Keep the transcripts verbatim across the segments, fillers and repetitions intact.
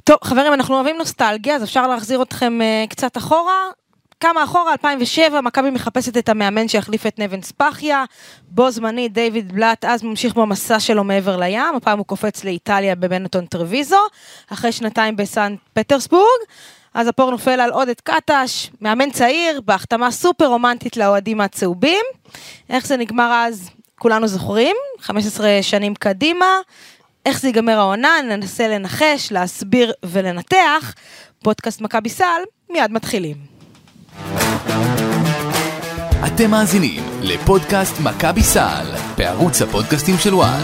טוב, חברים, אנחנו אוהבים נוסטלגיה, אז אפשר להחזיר אתכם uh, קצת אחורה. כמה אחורה, אלפיים ושבע, מכבי מחפשת את המאמן שיחליף את נבן ספחיה, בו זמני דיוויד בלאט, אז ממשיך במסע שלו מעבר לים, הפעם הוא קופץ לאיטליה בבנטון טרוויזו, אחרי שנתיים בסן פטרסבורג, אז הפור נופל על עודד קטש, מאמן צעיר, בהחתמה סופר רומנטית לאוהדים הצהובים. איך זה נגמר אז? כולנו זוכרים, חמש עשרה שנים קדימה, איך זה ייגמר העונה, ננסה לנחש, להסביר ולנתח. פודקאסט מכבי סל, מיד מתחילים. אתם מאזינים לפודקאסט מכבי סל, בערוץ הפודקאסטים של וואן.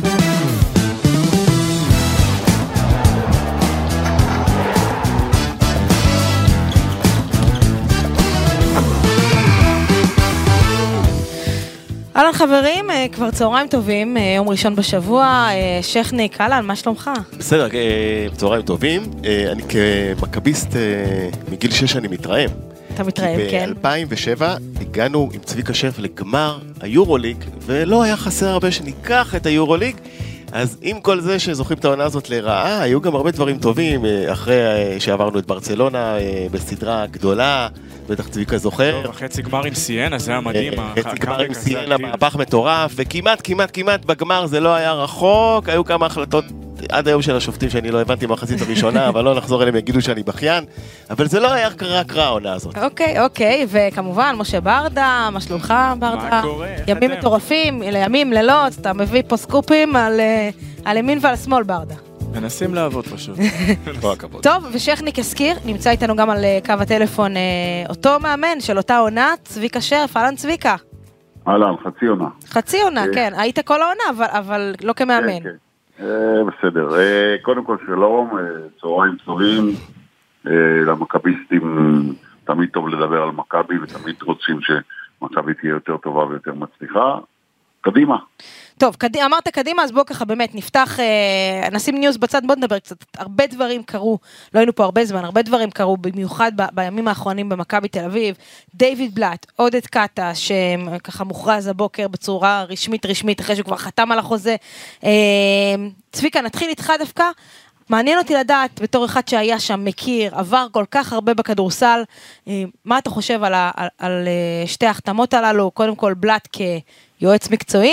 אהלן חברים, כבר צהריים טובים, יום ראשון בשבוע, שכניק, אהלן, מה שלומך? בסדר, צהריים טובים, אני כמכביסט מגיל שש אני מתרעם. אתה מתרעם, כן. ב-אלפיים ושבע הגענו עם צביקה שרף לגמר היורוליג, ולא היה חסר הרבה שניקח את היורוליג, אז עם כל זה שזוכרים את העונה הזאת לרעה, היו גם הרבה דברים טובים, אחרי שעברנו את ברצלונה בסדרה גדולה, בטח צביקה זוכר. טוב, חצי גמר עם סיינה, זה היה מדהים. חצי גמר עם סיינה, מהפך מטורף, וכמעט, כמעט, כמעט בגמר זה לא היה רחוק, היו כמה החלטות עד היום של השופטים שאני לא הבנתי מהחזית הראשונה, אבל לא נחזור אליהם, יגידו שאני בכיין, אבל זה לא היה רק רע העונה הזאת. אוקיי, אוקיי, וכמובן, משה ברדה, מה שלומך ברדה? מה קורה? ימים מטורפים, לימים, לילות, אתה מביא פה סקופים על ימין ועל שמאל ברדה. מנסים לעבוד פשוט. כל הכבוד. טוב, ושכניק הזכיר, נמצא איתנו גם על קו הטלפון אותו מאמן של אותה עונה, צביקה שרף, אהלן צביקה. אהלן, חצי עונה. חצי עונה, כן, היית כל העונה, אבל לא כמאמן. כן, כן. בסדר, קודם כל שלום, צהריים טובים, למכביסטים תמיד טוב לדבר על מכבי, ותמיד רוצים שמכבי תהיה יותר טובה ויותר מצליחה. קדימה. טוב, קד... אמרת קדימה, אז בוא ככה באמת נפתח, אה, נשים ניוז בצד, בוא נדבר קצת, הרבה דברים קרו, לא היינו פה הרבה זמן, הרבה דברים קרו, במיוחד ב... בימים האחרונים במכבי תל אביב, דיוויד בלאט, עודד קטש, שככה מוכרז הבוקר בצורה רשמית רשמית, אחרי שהוא כבר חתם על החוזה. אה, צביקה, נתחיל איתך דווקא, מעניין אותי לדעת, בתור אחד שהיה שם, מכיר, עבר כל כך הרבה בכדורסל, אה, מה אתה חושב על, ה... על... על שתי ההחתמות הללו, קודם כל בלאט כ... יועץ מקצועי,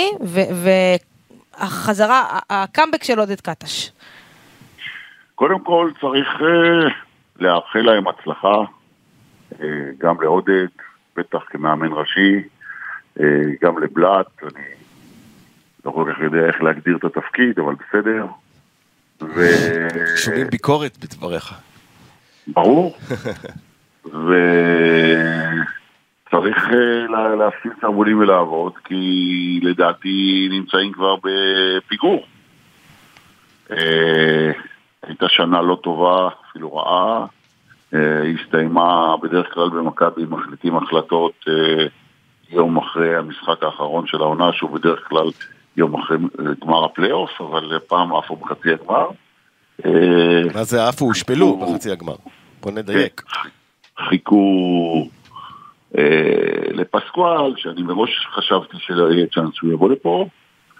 והחזרה, הקאמבק של עודד קטש. קודם כל צריך uh, לאחל להם הצלחה, uh, גם לעודד, בטח כמאמן ראשי, uh, גם לבלאט, אני לא כל כך יודע איך להגדיר את התפקיד, אבל בסדר. ו... שומעים ביקורת בדבריך. ברור. ו... צריך להפסיד סרבולים ולעבוד, כי לדעתי נמצאים כבר בפיגור. הייתה שנה לא טובה, אפילו רעה, הסתיימה בדרך כלל במכבי, מחליטים החלטות יום אחרי המשחק האחרון של העונה, שהוא בדרך כלל יום אחרי גמר הפלייאוף, אבל פעם עפו בחצי הגמר. מה זה עפו? הושפלו בחצי הגמר. בוא נדייק. חיכו... לפסקואל, שאני מראש חשבתי שלא יהיה צ'אנס שהוא יבוא לפה,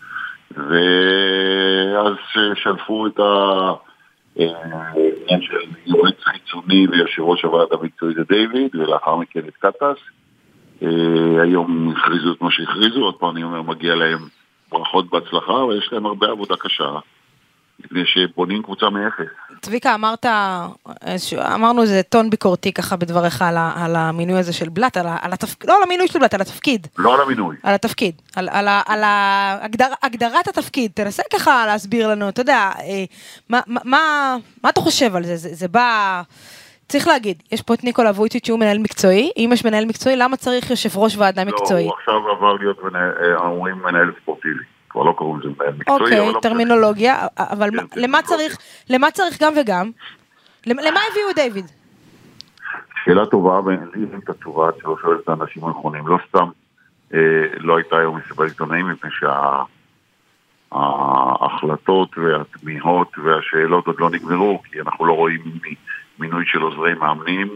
ואז שלפו את העניין של יועץ חיצוני ויושב ראש הוועד המקצועי לדיוויד, ולאחר מכן את קטש. היום הכריזו את מה שהכריזו, עוד פעם אני אומר, מגיע להם ברכות בהצלחה, ויש להם הרבה עבודה קשה, לפני שבונים קבוצה מאפס. צביקה, אמרת, אמרנו איזה טון ביקורתי ככה בדבריך על, על המינוי הזה של בלאט, על, על התפקיד, לא על המינוי של בלאט, על התפקיד. לא על המינוי. על התפקיד, על, על, על ההגדר, הגדרת התפקיד. תנסה ככה להסביר לנו, אתה יודע, מה, מה, מה, מה אתה חושב על זה? זה, זה בא, צריך להגיד, יש פה את ניקולה וויצ'יץ' שהוא מנהל מקצועי, אם יש מנהל מקצועי, למה צריך יושב ראש ועדה מקצועי? לא, הוא עכשיו עבר להיות אומרים מנהל ספורטיבי. כבר לא קוראים לזה מנהל מקצועי. אוקיי, טרמינולוגיה, אבל למה צריך, למה צריך גם וגם? למה הביאו את דיוויד? שאלה טובה, ואין לי את התשובה שלא שואל את האנשים הנכונים. לא סתם לא הייתה היום מסיבה עיתונאים, מפני שההחלטות והתמיהות והשאלות עוד לא נגמרו, כי אנחנו לא רואים מינוי של עוזרי מאמנים,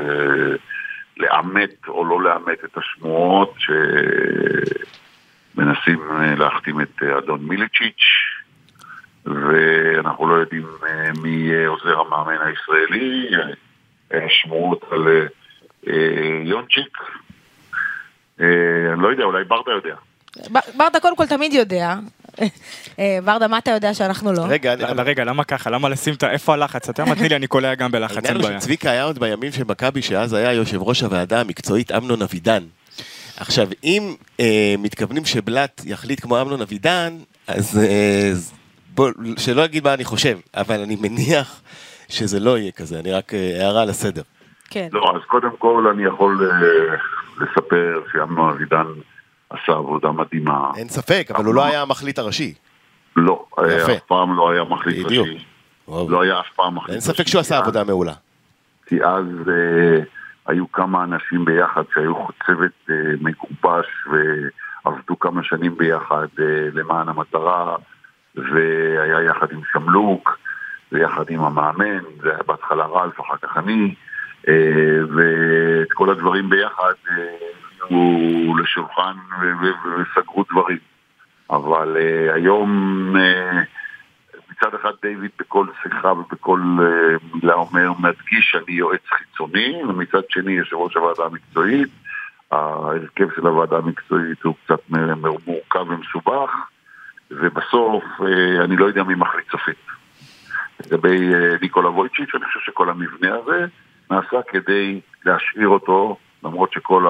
לאמת או לא לאמת את השמועות ש... מנסים להחתים את אדון מיליצ'יץ', ואנחנו לא יודעים מי יהיה עוזר המאמן הישראלי, שמועות על יונצ'יק, אני לא יודע, אולי ברדה יודע. ברדה קודם כל תמיד יודע. ברדה, מה אתה יודע שאנחנו לא? רגע, רגע, למה ככה? למה לשים את... איפה הלחץ? אתה מתני לי, אני קולע גם בלחץ. העניין הוא שצביקה היה עוד בימים של מכבי, שאז היה יושב ראש הוועדה המקצועית אמנון אבידן. עכשיו, אם מתכוונים שבלט יחליט כמו אמנון אבידן, אז בוא, שלא אגיד מה אני חושב, אבל אני מניח שזה לא יהיה כזה, אני רק הערה לסדר. כן. לא, אז קודם כל אני יכול לספר שאמנון אבידן עשה עבודה מדהימה. אין ספק, אבל הוא לא היה המחליט הראשי. לא, אף פעם לא היה מחליט ראשי. לא היה אף פעם מחליט ראשי. אין ספק שהוא עשה עבודה מעולה. כי אז היו כמה אנשים ביחד שהיו צוות מגובש ועבדו כמה שנים ביחד למען המטרה, והיה יחד עם שמלוק, ויחד עם המאמן, זה היה בהתחלה רלף, אחר כך אני, ואת כל הדברים ביחד היו לשולחן וסגרו דברים. אבל היום מצד אחד דיוויד בכל שיחה ובכל מילה אומר, מדגיש שאני יועץ חיצוני, ומצד שני יושב ראש הוועדה המקצועית, ההרכב של הוועדה המקצועית הוא קצת מורכב ומסובך, ובסוף אני לא יודע מי מחליט סופית. לגבי ניקולה וויצ'יץ', אני חושב שכל המבנה הזה נעשה כדי להשאיר אותו, למרות שכל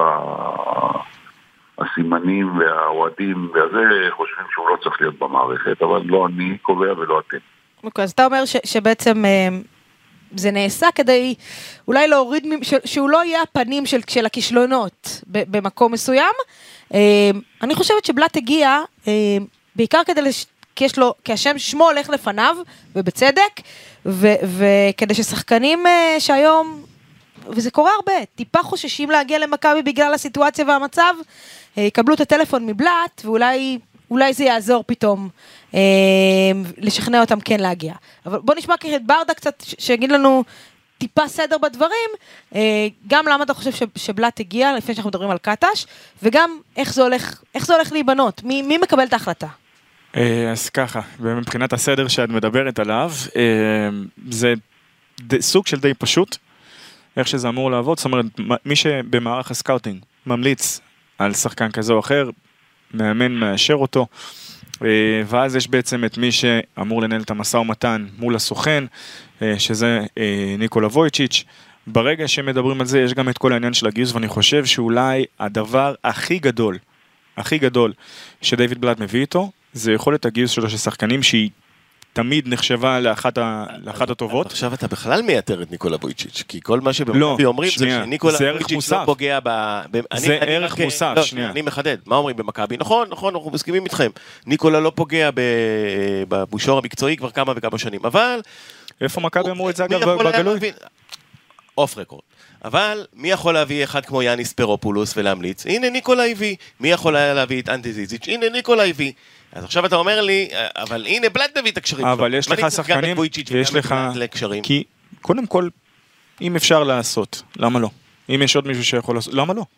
הסימנים והאוהדים והזה חושבים שהוא לא צריך להיות במערכת, אבל לא אני קובע ולא אתם. אוקיי, אז אתה אומר שבעצם זה נעשה כדי אולי להוריד, שהוא לא יהיה הפנים של, של הכישלונות במקום מסוים. אני חושבת שבלט הגיע בעיקר כדי, לש... כי יש לו, כי השם שמו הולך לפניו, ובצדק, ו... וכדי ששחקנים שהיום, וזה קורה הרבה, טיפה חוששים להגיע למכבי בגלל הסיטואציה והמצב, יקבלו את הטלפון מבלט, ואולי אולי זה יעזור פתאום לשכנע אותם כן להגיע. אבל בוא נשמע ככה את ברדה קצת, שיגיד לנו טיפה סדר בדברים, גם למה אתה חושב שבלט הגיע, לפני שאנחנו מדברים על קטש, וגם איך זה הולך, איך זה הולך להיבנות, מי, מי מקבל את ההחלטה? אז ככה, מבחינת הסדר שאת מדברת עליו, זה סוג של די פשוט, איך שזה אמור לעבוד, זאת אומרת, מי שבמערך הסקאוטינג ממליץ על שחקן כזה או אחר, מאמן מאשר אותו, ואז יש בעצם את מי שאמור לנהל את המשא ומתן מול הסוכן, שזה ניקולה וויצ'יץ'. ברגע שמדברים על זה, יש גם את כל העניין של הגיוס, ואני חושב שאולי הדבר הכי גדול, הכי גדול שדייוויד בלאט מביא איתו, זה יכולת הגיוס שלו של שחקנים שהיא תמיד נחשבה לאחת, ה... לאחת הטובות. עכשיו אתה בכלל מייתר את ניקולה וויצ'יץ', כי כל מה שבמכבי אומרים זה שניקולה וויצ'יץ' לא פוגע ב... זה ערך מוסף, שנייה. אני מחדד, מה אומרים במכבי? נכון, נכון, אנחנו מסכימים איתכם. ניקולה לא פוגע בבושור המקצועי כבר כמה וכמה שנים, אבל... איפה מכבי אמרו את זה אגב בגלוי? אוף רקורד. אבל מי יכול להביא אחד כמו יאניס פרופולוס ולהמליץ? הנה ניקולה הביא. מי יכול להביא את אנטי זיזיץ'? הנה ניקולה הביא. אז עכשיו אתה אומר לי, אבל הנה בלט מביא את הקשרים. אבל יש לך שחקנים, ויש לך, כי קודם כל, אם אפשר לעשות, למה לא? אם יש עוד מישהו שיכול לעשות, למה לא?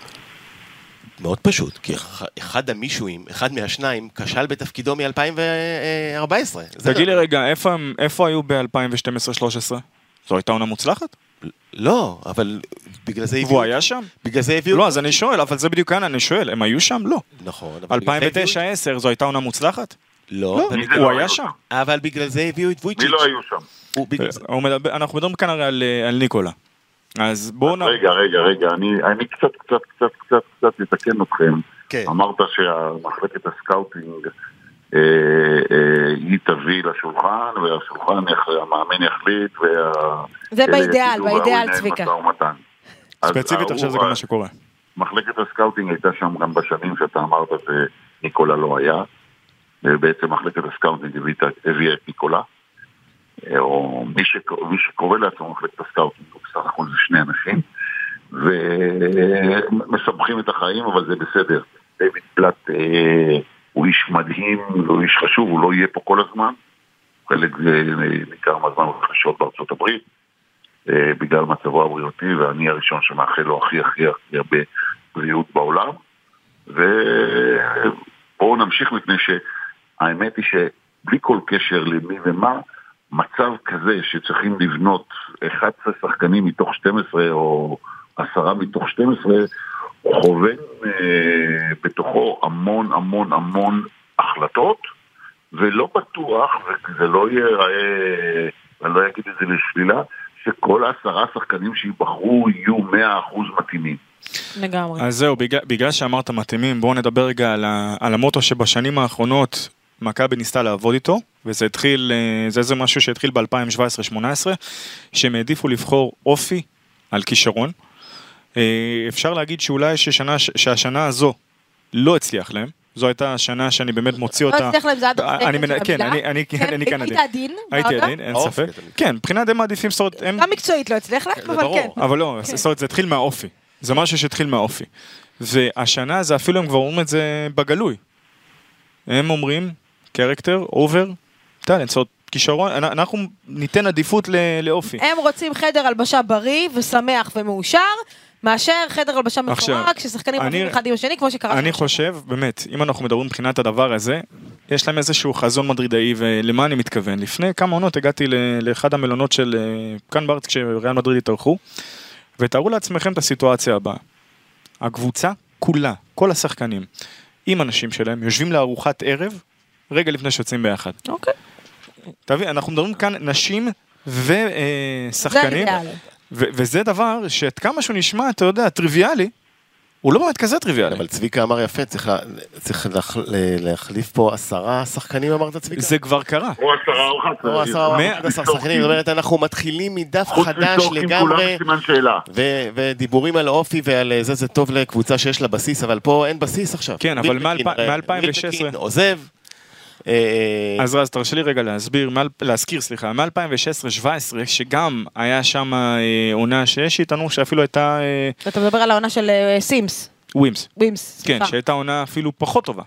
מאוד פשוט, כי אחד המישואים, אחד מהשניים, כשל בתפקידו מ-אלפיים וארבע עשרה. תגיד לי רגע, איפה היו ב-אלפיים ושתים עשרה שלוש עשרה? זו הייתה עונה מוצלחת? לא, אבל בגלל זה הביאו... והוא היה שם? בגלל זה הביאו... לא, אז אני שואל, אבל זה בדיוק כאן, אני שואל, הם היו שם? לא. נכון. אלפיים ותשע עשר, זו הייתה עונה מוצלחת? לא. הוא היה שם. אבל בגלל זה הביאו את וויצ'יץ'. מי לא היו שם? אנחנו מדברים כאן הרי על ניקולה. אז בואו... רגע, רגע, רגע, אני קצת, קצת, קצת, קצת, קצת לתקן אתכם. אמרת שהמחלקת הסקאוטינג היא תביא לשולחן, והשולחן, המאמן יחליט, זה באידאל, באידאל צביקה. ספציפית עכשיו זה גם מה שקורה. מחלקת הסקאוטינג הייתה שם גם בשנים שאתה אמרת שניקולה לא היה, ובעצם מחלקת הסקאוטינג הביאה את ניקולה, או מי שקורא לעצמו מחלקת הסקאוטינג, בסך הכל זה שני אנשים, ומסבכים את החיים, אבל זה בסדר. דיוויד בלאט הוא איש מדהים, הוא איש חשוב, הוא לא יהיה פה כל הזמן, חלק ניכר מהזמן הוא חשוב בארצות הברית, בגלל מצבו הבריאותי, ואני הראשון שמאחל לו הכי הכי הכי הרבה בריאות בעולם, ובואו נמשיך מפני שהאמת היא בלי כל קשר למי ומה, מצב כזה שצריכים לבנות אחד עשר שחקנים מתוך שתים עשרה או עשרה מתוך שתים עשרה, הוא חובן אה, בתוכו המון המון המון החלטות, ולא בטוח, וזה לא ייראה, אני לא אגיד את זה לשלילה, שכל העשרה שחקנים שיבחרו יהיו מאה אחוז מתאימים. לגמרי. אז זהו, בגלל, בגלל שאמרת מתאימים, בואו נדבר רגע על, ה, על המוטו שבשנים האחרונות מכבי ניסתה לעבוד איתו, וזה התחיל, זה איזה משהו שהתחיל ב-אלפיים שבע עשרה שמונה עשרה, שהם העדיפו לבחור אופי על כישרון. אפשר להגיד שאולי ששנה, שהשנה הזו לא הצליח להם, זו הייתה השנה שאני באמת מוציא אותה. לא הצליח להם, זה עד הפסקת של המילה. כן, אני כאן עדין. היית עדין? הייתי עדין, אין ספק. כן, מבחינת הם מעדיפים, גם מקצועית לא הצליח להם, אבל כן. אבל לא, זה התחיל מהאופי. זה משהו שהתחיל מהאופי. והשנה זה אפילו הם כבר אומרים את זה בגלוי. הם אומרים, קרקטר, אובר, טלנט, זאת כישרון, אנחנו ניתן עדיפות לאופי. הם רוצים חדר הלבשה בריא ושמח ומאושר, מאשר חדר הלבשה מפורק, ששחקנים רבים אחד עם השני, כמו שקרה. אני חושב, באמת, אם אנחנו מדברים מבחינת הדבר הזה, יש להם איזשהו חזון מדרידאי, ולמה אני מתכוון? לפני כמה עונות הגעתי לאחד המלונות של כאן בארץ, כשריאל מדריד התארחו, ותארו לעצמכם את הסיטואציה הבאה. הקבוצה כולה, כל השחקנים, עם אנשים שלהם, יושבים לארוחת ערב, רגע לפני שיוצאים ביחד. אוקיי. תבין, אנחנו מדברים כאן נשים ושחקנים, וזה דבר שאת כמה שהוא נשמע, אתה יודע, טריוויאלי, הוא לא באמת כזה טריוויאלי. אבל צביקה אמר יפה, צריך להחליף פה עשרה שחקנים, אמרת צביקה? זה כבר קרה. או עשרה או אחת. או עשרה או אחת עשרה שחקנים, זאת אומרת, אנחנו מתחילים מדף חדש לגמרי, ודיבורים על אופי ועל זה, זה טוב לקבוצה שיש לה בסיס, אבל פה אין בסיס עכשיו. כן, אבל מ-אלפיים ושש עשרה... עוזב. אז רז, תרשה לי רגע להסביר, להזכיר, סליחה, מ-אלפיים ושש עשרה שבע עשרה, שגם היה שם עונה שיש איתנו, שאפילו הייתה... אתה מדבר על העונה של סימס. ווימס. ווימס, סליחה. כן, שהייתה עונה אפילו פחות טובה.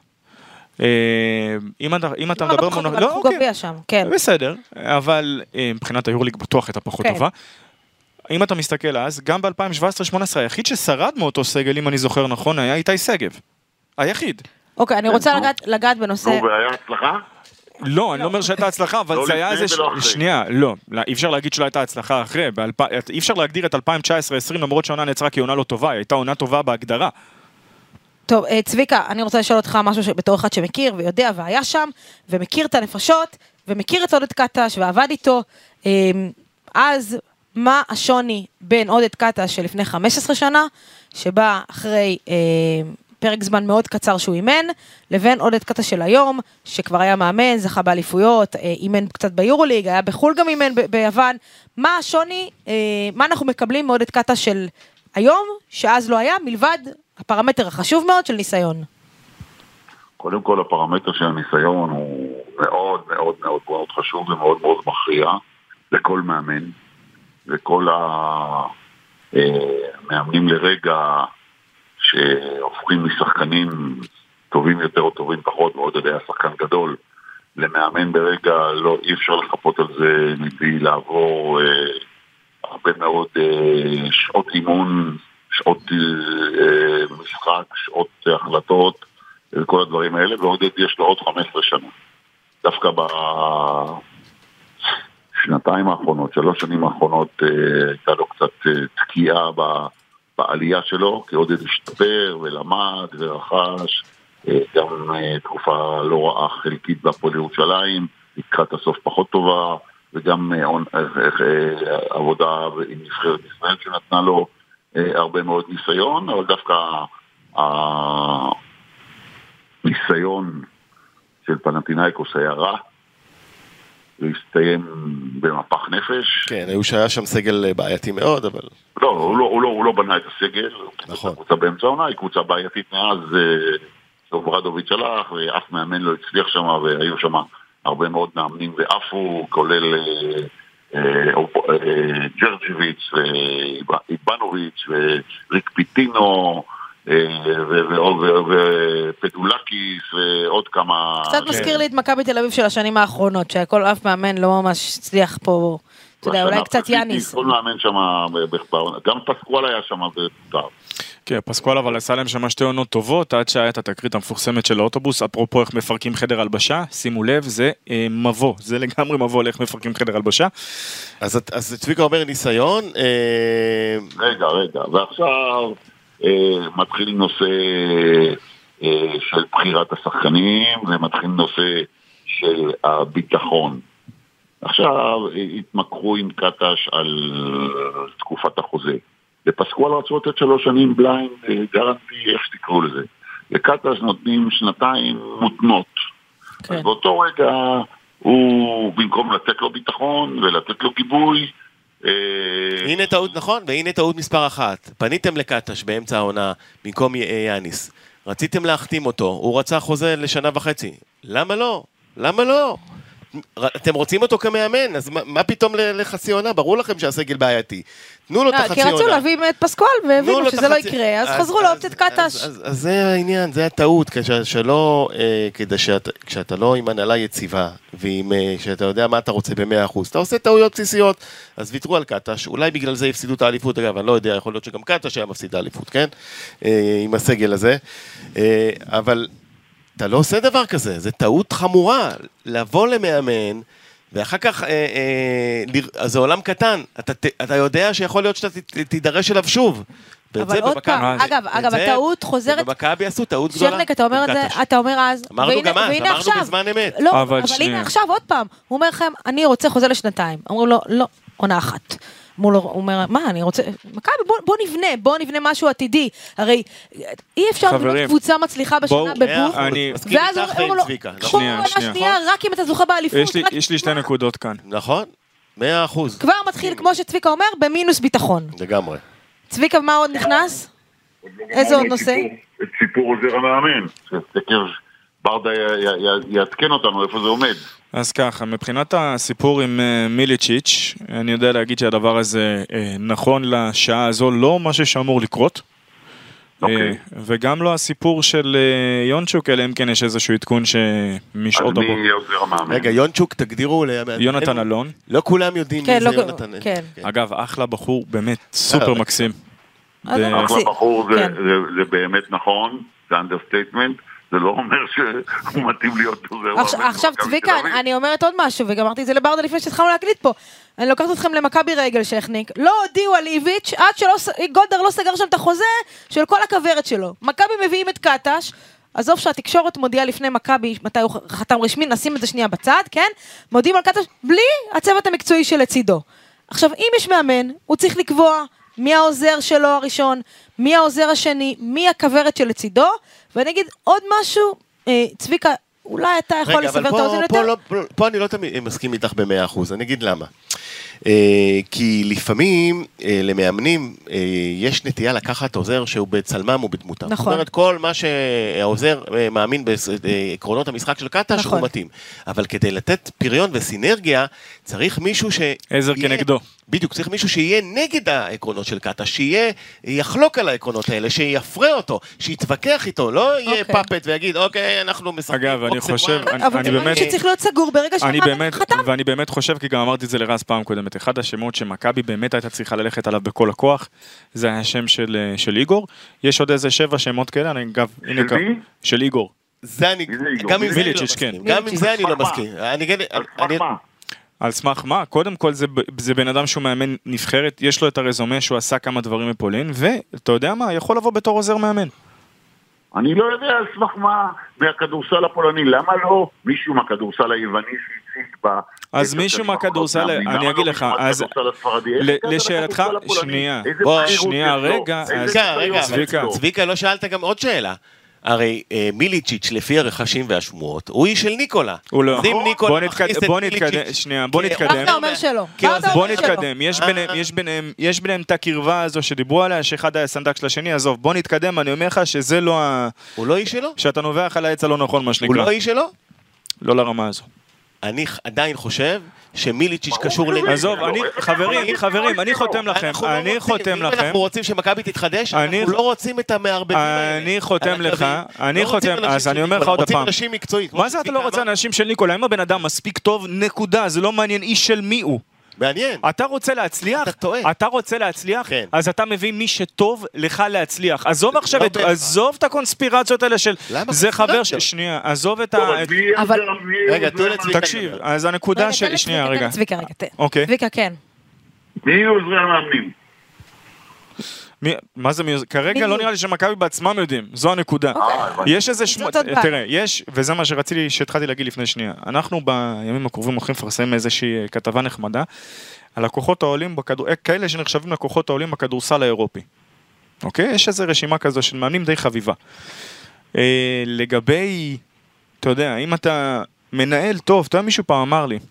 אם אתה מדבר... לא, גביע שם, כן. בסדר, אבל מבחינת היורליג בטוח הייתה פחות טובה. אם אתה מסתכל אז, גם ב-אלפיים שבע עשרה שמונה עשרה, היחיד ששרד מאותו סגל, אם אני זוכר נכון, היה איתי שגב. היחיד. אוקיי, אני רוצה לגעת בנושא... נו, והיה הצלחה? לא, אני לא אומר שהייתה הצלחה, אבל זה היה איזה... שנייה, לא, אי אפשר להגיד שלא הייתה הצלחה אחרי, אי אפשר להגדיר את אלפיים תשע עשרה עשרים, למרות שהעונה נעצרה כי עונה לא טובה, היא הייתה עונה טובה בהגדרה. טוב, צביקה, אני רוצה לשאול אותך משהו בתור אחד שמכיר ויודע והיה שם, ומכיר את הנפשות, ומכיר את עודד קטש ועבד איתו, אז מה השוני בין עודד קטש של לפני חמש עשרה שנה, שבא אחרי... פרק זמן מאוד קצר שהוא אימן, לבין עודד קטש של היום, שכבר היה מאמן, זכה באליפויות, אימן קצת ביורוליג, היה בחול גם אימן ביוון. מה השוני, מה אנחנו מקבלים מעודד קטש של היום, שאז לא היה, מלבד הפרמטר החשוב מאוד של ניסיון? קודם כל, הפרמטר של הניסיון הוא מאוד מאוד מאוד מאוד חשוב ומאוד מאוד מכריע לכל מאמן, לכל המאמנים לרגע, שהופכים משחקנים טובים יותר או טובים פחות, ועוד עדיין שחקן גדול, למאמן ברגע, לא, אי אפשר לחפות על זה מבלי לעבור אה, הרבה מאוד אה, שעות אימון, שעות אה, משחק, שעות החלטות, וכל הדברים האלה, ועוד יש לו עוד חמש עשרה שנה. דווקא בשנתיים האחרונות, שלוש שנים האחרונות, אה, הייתה לו קצת אה, תקיעה ב... בעלייה שלו, כי עודד השתפר ולמד ורכש, גם תקופה לא רעה חלקית בהפועל ירושלים, לקראת הסוף פחות טובה, וגם עבודה עם נבחרת ישראל שנתנה לו הרבה מאוד ניסיון, אבל דווקא הניסיון של פנתינייקוס היה רע, והסתיים במפח נפש. כן, היו שהיה שם סגל בעייתי מאוד, אבל... לא, הוא לא, הוא לא, הוא לא בנה את הסגל, נכון. קבוצה באמצע העונה, היא קבוצה בעייתית מאז, שברדוביץ' הלך, ואף מאמן לא הצליח שם, והיו שם הרבה מאוד מאמנים ועפו, כולל ג'רג'יביץ' ואיבנוביץ' וריק פיטינו, ופדולקיס ועוד כמה... קצת מזכיר לי את מכבי תל אביב של השנים האחרונות, שהכל אף מאמן לא ממש הצליח פה, אתה יודע, אולי קצת יאניס. כל מאמן שם, גם פסקואל היה שם, כן, פסקואל אבל עשה להם שם שתי עונות טובות, עד שהיה את התקרית המפורסמת של האוטובוס, אפרופו איך מפרקים חדר הלבשה, שימו לב, זה אה, מבוא, זה לגמרי מבוא לאיך מפרקים חדר הלבשה. אז, אז צביקה אומר ניסיון. אה... רגע, רגע, ועכשיו אה, מתחיל נושא אה, של בחירת השחקנים, ומתחיל נושא של הביטחון. עכשיו התמקחו עם קטש על תקופת החוזה. לפסקואל רצו לתת שלוש שנים בליינד, גרנטי, איך שתקראו לזה. לקטש נותנים שנתיים מותנות. כן. אז באותו רגע הוא, במקום לתת לו ביטחון ולתת לו גיבוי, הנה טעות, נכון, והנה טעות מספר אחת. פניתם לקטש באמצע העונה, במקום יאניס. רציתם להחתים אותו, הוא רצה חוזה לשנה וחצי. למה לא? למה לא? אתם רוצים אותו כמאמן, אז מה, מה פתאום לחצי עונה? ברור לכם שהסגל בעייתי. תנו לו את החצי עונה. כי רצו להביא את פסקואל, והבינו שזה לא יקרה, אז חזרו לאופציית קטש. אז זה העניין, זה הטעות, כשלא, כדי כשאתה לא עם הנהלה יציבה, וכשאתה יודע מה אתה רוצה ב-מאה אחוז, אתה עושה טעויות בסיסיות, אז ויתרו על קטש, אולי בגלל זה הפסידו את האליפות, אגב, אני לא יודע, יכול להיות שגם קטש היה מפסיד את האליפות, כן? עם הסגל הזה. אבל אתה לא עושה דבר כזה, זה טעות חמורה, לבוא למאמן, ואחר כך, אה, אה, זה עולם קטן, אתה, אתה יודע שיכול להיות שאתה תידרש אליו שוב. אבל עוד פעם, אגב, אגב, הטעות חוזרת... ובמכבי עשו טעות גדולה. שרניק, אתה אומר את זה, אתה אומר אז... אמרנו גם אז, אמרנו בזמן אמת. לא, אבל הנה עכשיו, עוד פעם, הוא אומר לכם, אני רוצה חוזה לשנתיים. אמרו לו, לא, עונה אחת. הוא אומר, מה, אני רוצה... מכבי, בוא, בוא נבנה, בוא נבנה משהו עתידי. הרי אי אפשר לבנות קבוצה מצליחה בשנה בבוף, ואז הוא אומר לו, קחו עונה שנייה, רק אם אתה זוכה באליפות. יש לי שתי נקודות כאן. נכון, מאה אחוז. כבר מתחיל, כמו שצביקה אומר, במינוס ביטחון. לגמרי. צביקה, מה עוד נכנס? איזה עוד נושא? את סיפור עוזר המאמן, שסקר ברדה יעדכן אותנו איפה זה עומד. אז ככה, מבחינת הסיפור עם מיליצ'יץ', אני יודע להגיד שהדבר הזה נכון לשעה הזו, לא משהו שאמור לקרות. אוקיי. וגם לא הסיפור של יונצ'וק, אלא אם כן יש איזשהו עדכון שמשעות הבא. אז מי עוזר המאמן? רגע, יונצ'וק, תגדירו... יונתן אלון. לא כולם יודעים מי זה יונתן. אגב, אחלה בחור, באמת סופר מקסים. אחלה בחור זה באמת נכון, זה אנדרסטייטמנט. זה לא אומר שהוא מתאים להיות עוזר. עכשיו צביקה, אני אומרת עוד משהו, וגם אמרתי את זה לברדה לפני שהתחלנו להקליט פה. אני לוקחת אתכם למכבי רגל שכניק, לא הודיעו על איביץ' עד שגולדר לא סגר שם את החוזה של כל הכוורת שלו. מכבי מביאים את קטש, עזוב שהתקשורת מודיעה לפני מכבי מתי הוא חתם רשמי, נשים את זה שנייה בצד, כן? מודיעים על קטש בלי הצוות המקצועי שלצידו. עכשיו, אם יש מאמן, הוא צריך לקבוע מי העוזר שלו הראשון, מי העוזר השני, מי הכוורת שלצידו, ואני אגיד עוד משהו, צביקה, אולי אתה יכול לסבר את האוזן יותר? רגע, אבל פה אני לא תמיד מסכים איתך במאה אחוז, אני אגיד למה. כי לפעמים למאמנים יש נטייה לקחת עוזר שהוא בצלמם ובדמותם. נכון. זאת אומרת, כל מה שהעוזר מאמין בעקרונות המשחק של קטש הוא מתאים. אבל כדי לתת פריון וסינרגיה, צריך מישהו ש... עזר כנגדו. בדיוק, צריך מישהו שיהיה נגד העקרונות של קטש, שיהיה, יחלוק על העקרונות האלה, שיפרה אותו, שיתווכח איתו, לא יהיה פאפט ויגיד, אוקיי, אנחנו משחקים. אגב, אני חושב, אבל זה באמת שצריך להיות סגור ברגע שהמאמן חתם. ואני באמת חושב, כי גם אמרתי את זה לרז פעם קודמת, אחד השמות שמכבי באמת הייתה צריכה ללכת עליו בכל הכוח, זה היה השם של, של איגור. יש עוד איזה שבע שמות כאלה, אני אגב, הנה כאן, של איגור. זה אני, גם עם זה אני לא מסכים. גם עם זה אני לא מסכים. אני על סמך מה? קודם כל זה, זה בן אדם שהוא מאמן נבחרת, יש לו את הרזומה שהוא עשה כמה דברים בפולין, ואתה יודע מה, יכול לבוא בתור עוזר מאמן. אני לא יודע על סמך מה מהכדורסל הפולני, למה לא מישהו מהכדורסל היווני שהציג בה... אז מישהו מהכדורסל, אני אגיד לך, אז לשאלתך, שנייה, שנייה, רגע, צביקה, צביקה, לא שאלת גם עוד שאלה. הרי מיליצ'יץ' לפי הרכשים והשמועות, הוא איש של ניקולה. הוא לא. בוא נתקדם, שנייה, בוא נתקדם. אתה אומר שלא. בוא נתקדם, יש ביניהם את הקרבה הזו שדיברו עליה, שאחד היה סנדק של השני, עזוב, בוא נתקדם, אני אומר לך שזה לא ה... הוא לא איש שלו? שאתה נובח על העץ הלא נכון, מה שנקרא. הוא לא איש שלו? לא לרמה הזו. אני עדיין חושב שמיליצ'יץ' קשור לניקולה. עזוב, חברים, חברים, אני חותם לכם, אני חותם לכם. אנחנו רוצים שמכבי תתחדש, אנחנו לא רוצים את המערבבים האלה. אני חותם לך, אני חותם, אז אני אומר לך עוד פעם. רוצים אנשים מקצועית. מה זה אתה לא רוצה אנשים של ניקולה? אם הבן אדם מספיק טוב, נקודה, זה לא מעניין איש של מי הוא. מעניין. אתה רוצה להצליח? אתה טועה. אתה רוצה להצליח? כן. אז אתה מביא מי שטוב לך להצליח. עזוב עכשיו, לא את- בהכרח. עזוב את הקונספירציות האלה של... למה זה חבר ש... קונספירציות? שנייה, עזוב את ה... טוב, אז מי אבל- עוזר- מי רגע, עוזר תנו מאמן? לצביקה. תקשיב, אז הנקודה רגע, ש... תן שנייה, לצביקה, רגע. תן לצביקה, רגע, תן. אוקיי. צביקה, כן. מי יהיו עוזרי המאמנים? מי, מה זה מיוז... כרגע בדיוק. לא נראה לי שמכבי בעצמם יודעים, זו הנקודה. אה, הבנתי. יש איזה שמות, זאת בעיה. תראה, יש, וזה מה שרציתי, שהתחלתי להגיד לפני שנייה, אנחנו בימים הקרובים הולכים לפרסם איזושהי כתבה נחמדה, על הכוחות העולים בכדור... כאלה שנחשבים לכוחות העולים בכדורסל האירופי. אוקיי? יש איזו רשימה כזו של מאמנים די חביבה. אה, לגבי, אתה יודע, אם אתה מנהל טוב, אתה יודע, מישהו פעם אמר לי,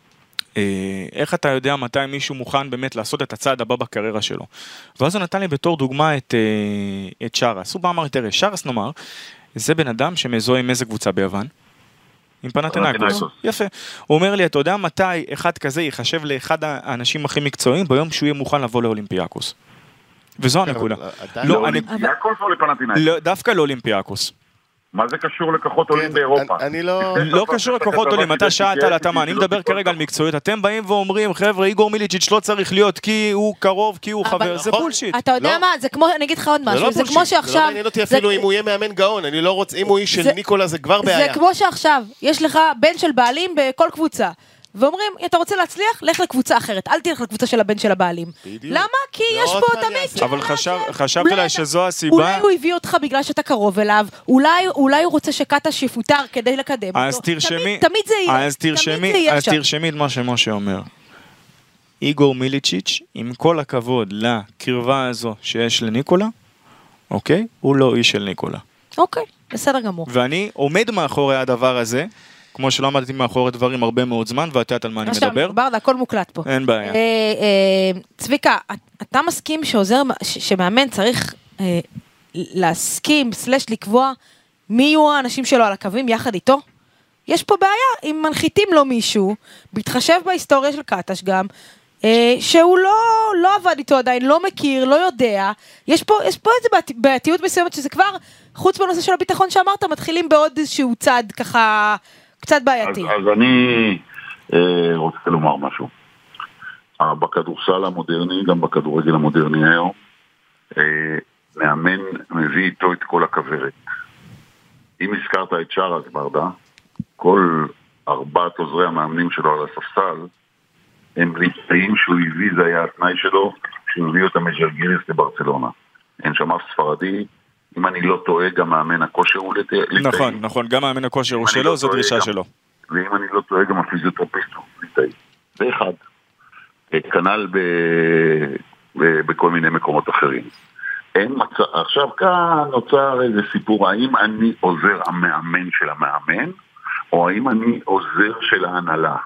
אה, איך אתה יודע מתי מישהו מוכן באמת לעשות את הצעד הבא בקריירה שלו. ואז הוא נתן לי בתור דוגמה את, אה, את שרס. הוא בא אמר, תראה, שרס נאמר, זה בן אדם שמזוהה עם איזה קבוצה ביוון? עם פנתינייקוס. פנתינייקוס. יפה. הוא אומר לי, אתה יודע מתי אחד כזה ייחשב לאחד האנשים הכי מקצועיים? ביום שהוא יהיה מוכן לבוא לאולימפיאקוס. וזו הנקודה. אבל עדיין- לא, אני- לאולימפיאקוס או לפנתינייקוס? לא, דווקא לאולימפיאקוס. מה זה קשור לכוחות עולים כן, באירופה? אני- אני לא... לא קשור לכוחות עולים, אתה שאלת על התאמה, אני מדבר כרגע על מקצועיות, אתם באים ואומרים, חבר'ה, איגור מיליצ'יץ' לא צריך להיות כי הוא קרוב, כי הוא אבל- חבר, זה נכון. בולשיט. אתה יודע לא. מה, זה כמו, אני אגיד לך עוד זה משהו, לא זה בולשיט, כמו זה לא שעכשיו... מעניין אותי זה- אפילו אם הוא יהיה מאמן גאון, אני לא רוצה, אם הוא איש של זה- ניקולה זה כבר זה בעיה. כמו שעכשיו, יש לך בן של בעלים בכל קבוצה, ואומרים, אתה רוצה להצליח? לך לקבוצה אחרת, אל תלך לקבוצה של הבן של הבעלים. בדיוק. למה? כי יש מאוד פה מעניין. תמיד... אבל חשב- חשבתי אולי לה אתה- שזו הסיבה. אולי הוא הביא אותך בגלל שאתה קרוב אליו, אולי אולי הוא רוצה שקטש יפוטר כדי לקדם אותו. אז תרשמי, תמיד- תמיד זה יהיה. אז תמיד תרשמי, זה יהיה אז שם. תרשמי את מה שמשה אומר. איגור מיליצ'יץ', עם כל הכבוד לקרבה הזו שיש לניקולה, אוקיי? הוא לא איש של ניקולה. אוקיי, בסדר גמור. ואני עומד מאחורי הדבר הזה, כמו שלא עמדתי מאחורי דברים הרבה מאוד זמן, ואת יודעת על מה אני עכשיו, מדבר. ברדה, הכל מוקלט פה. אין בעיה. אה, אה, צביקה, אתה מסכים שעוזר, ש- שמאמן צריך אה, להסכים, סלש לקבוע מי יהיו האנשים שלו על הקווים יחד איתו? יש פה בעיה אם מנחיתים לו מישהו, בהתחשב בהיסטוריה של קטש גם, אה, שהוא לא, לא עבד איתו עדיין, לא מכיר, לא יודע. יש פה, יש פה איזו בעתי- בעייתיות מסוימת שזה כבר, חוץ בנושא של הביטחון שאמרת, מתחילים בעוד איזשהו צעד ככה, קצת בעייתי. אז, אז אני אה, רוצה לומר משהו. אה, בכדורסל המודרני, גם בכדורגל המודרני היום, אה, מאמן מביא איתו את כל הכוורת. אם הזכרת את שרס ברדה, כל ארבעת עוזרי המאמנים שלו על הספסל, הם ליטאים שהוא הביא, זה היה התנאי שלו, שהוא הביא אותם מג'לגיריס לברצלונה. אין שם אף ספרדי, אם אני לא טועה, גם מאמן הכושר הוא ליטאי. נכון, נכון, גם מאמן הכושר הוא שלו, זו דרישה שלו. ואם אני לא טועה, גם הפיזיותרפיסט הוא ליטאי. זה אחד. כנ"ל ב... ב... בכל מיני מקומות אחרים. אין מצב, עכשיו כאן נוצר איזה סיפור, האם אני עוזר המאמן של המאמן, או האם אני עוזר של ההנהלה.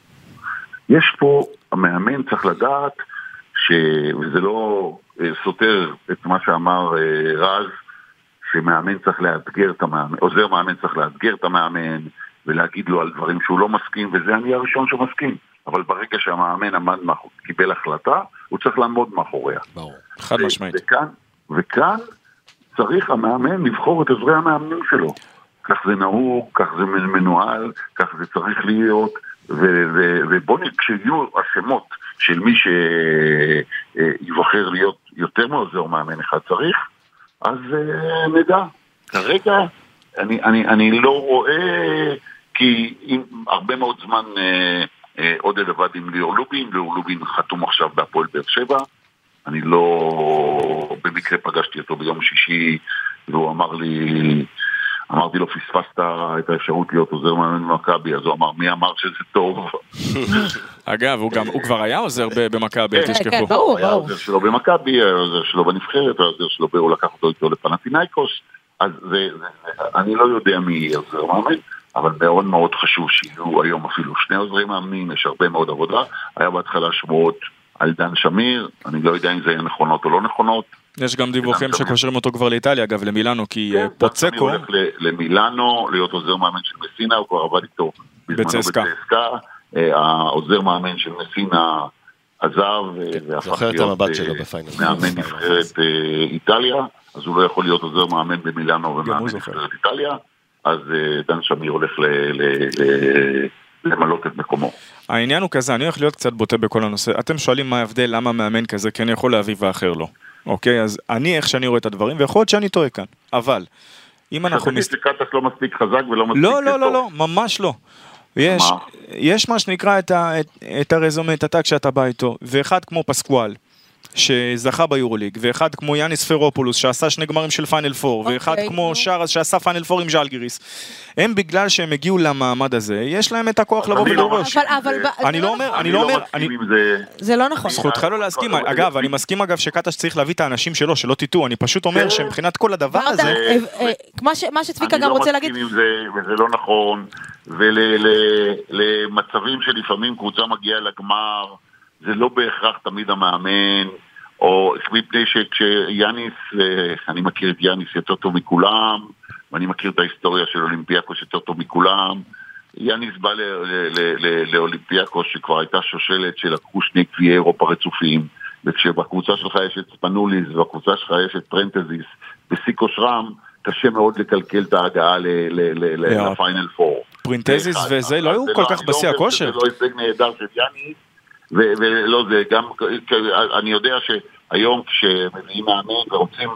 יש פה, המאמן צריך לדעת, ש... וזה לא אה, סותר את מה שאמר אה, רז, שמאמן צריך לאתגר את המאמן, עוזר מאמן צריך לאתגר את המאמן, ולהגיד לו על דברים שהוא לא מסכים, וזה אני הראשון שמסכים. אבל ברגע שהמאמן עמד מאחור, קיבל החלטה, הוא צריך לעמוד מאחוריה. ברור. חד משמעית. וכאן, וכאן צריך המאמן לבחור את עזרי המאמנים שלו. כך זה נהוג, כך זה מנוהל, כך זה צריך להיות, ובוא נראה, כשיהיו השמות של מי שיבחר להיות יותר מעוזר מאמן אחד צריך, אז נדע. כרגע אני, אני, אני לא רואה, כי עם הרבה מאוד זמן עודד עבד עם ליאור לובין, ליאור לובין חתום עכשיו בהפועל באר שבע, אני לא, במקרה פגשתי אותו ביום שישי, והוא אמר לי, אמרתי לו, פספסת את האפשרות להיות עוזר מאמן במכבי, אז הוא אמר, מי אמר שזה טוב? אגב, הוא גם, הוא כבר היה עוזר במכבי, כן, תשכחו. ברור, היה ברור. העוזר שלו במכבי, היה העוזר שלו בנבחרת, העוזר שלו, הוא לקח אותו איתו לפנתינייקוס, אז זה, זה, אני לא יודע מי יהיה עוזר מאמן, אבל מאוד מאוד חשוב שיהיו היום אפילו שני עוזרי מאמנים, יש הרבה מאוד עבודה, היה בהתחלה שמועות על דן שמיר, אני לא יודע אם זה יהיה נכונות או לא נכונות. יש גם דיווחים שקושרים אותו כבר לאיטליה, אגב, למילאנו, כי פוצקו... דן שמיר הולך למילאנו, להיות עוזר מאמן של מסינה, הוא כבר עבד איתו בזמנו בצסקה. בצסקה, העוזר מאמן של מסינה עזב, והפך זוכר את להיות המבט שלו בפיינל. מאמן נבחרת איטליה, אז הוא לא יכול להיות עוזר מאמן במילאנו ומאמן זוכר. נבחרת איטליה, אז דן שמיר הולך למלות את מקומו. העניין הוא כזה, אני הולך להיות קצת בוטה בכל הנושא. אתם שואלים מה ההבדל, למה מאמן כזה כן יכול להביא ואחר לא. אוקיי, אז אני איך שאני רואה את הדברים, ויכול להיות שאני טועה כאן. אבל, אם אנחנו... חשבתי שקטש לא מספיק חזק ולא מספיק... לא, לא, לא, לא, ממש לא. יש, יש מה שנקרא את, ה, את, את הרזומה, את הטאק שאתה בא איתו, ואחד כמו פסקואל, שזכה ביורוליג, ואחד כמו יאניס פרופולוס, שעשה שני גמרים של פיינל פור, ואחד כמו שרס, שעשה פיינל פור עם ז'לגיריס. הם בגלל שהם הגיעו למעמד הזה, יש להם את הכוח לבוא ולדרוש. אני לא אומר, אני לא אומר, זה לא נכון. זכותך לא להסכים, אגב, אני מסכים אגב שקטש צריך להביא את האנשים שלו, שלא תיתו, אני פשוט אומר שמבחינת כל הדבר הזה... מה שצביקה גם רוצה להגיד... אני לא מסכים עם זה, וזה לא נכון, ולמצבים שלפעמים קבוצה מגיעה לגמר, זה לא בהכרח תמיד המאמן, או מפני שכשיאניס, אני מכיר את יאניס יותר טוב מכולם, ואני מכיר את ההיסטוריה של אולימפיאקוס יותר טוב מכולם, יאניס בא לאולימפיאקוס שכבר הייתה שושלת שלקחו שני גביעי אירופה רצופים, וכשבקבוצה שלך יש את ספנוליס, ובקבוצה שלך יש את פרנטזיס, בסיקו שרם, קשה מאוד לקלקל את ההגעה לפיינל פור. פרנטזיס וזה לא היו כל כך בשיא הכושר. זה לא הישג נהדר של יאניס, ולא זה, גם, אני יודע שהיום כשמביאים מאמן ורוצים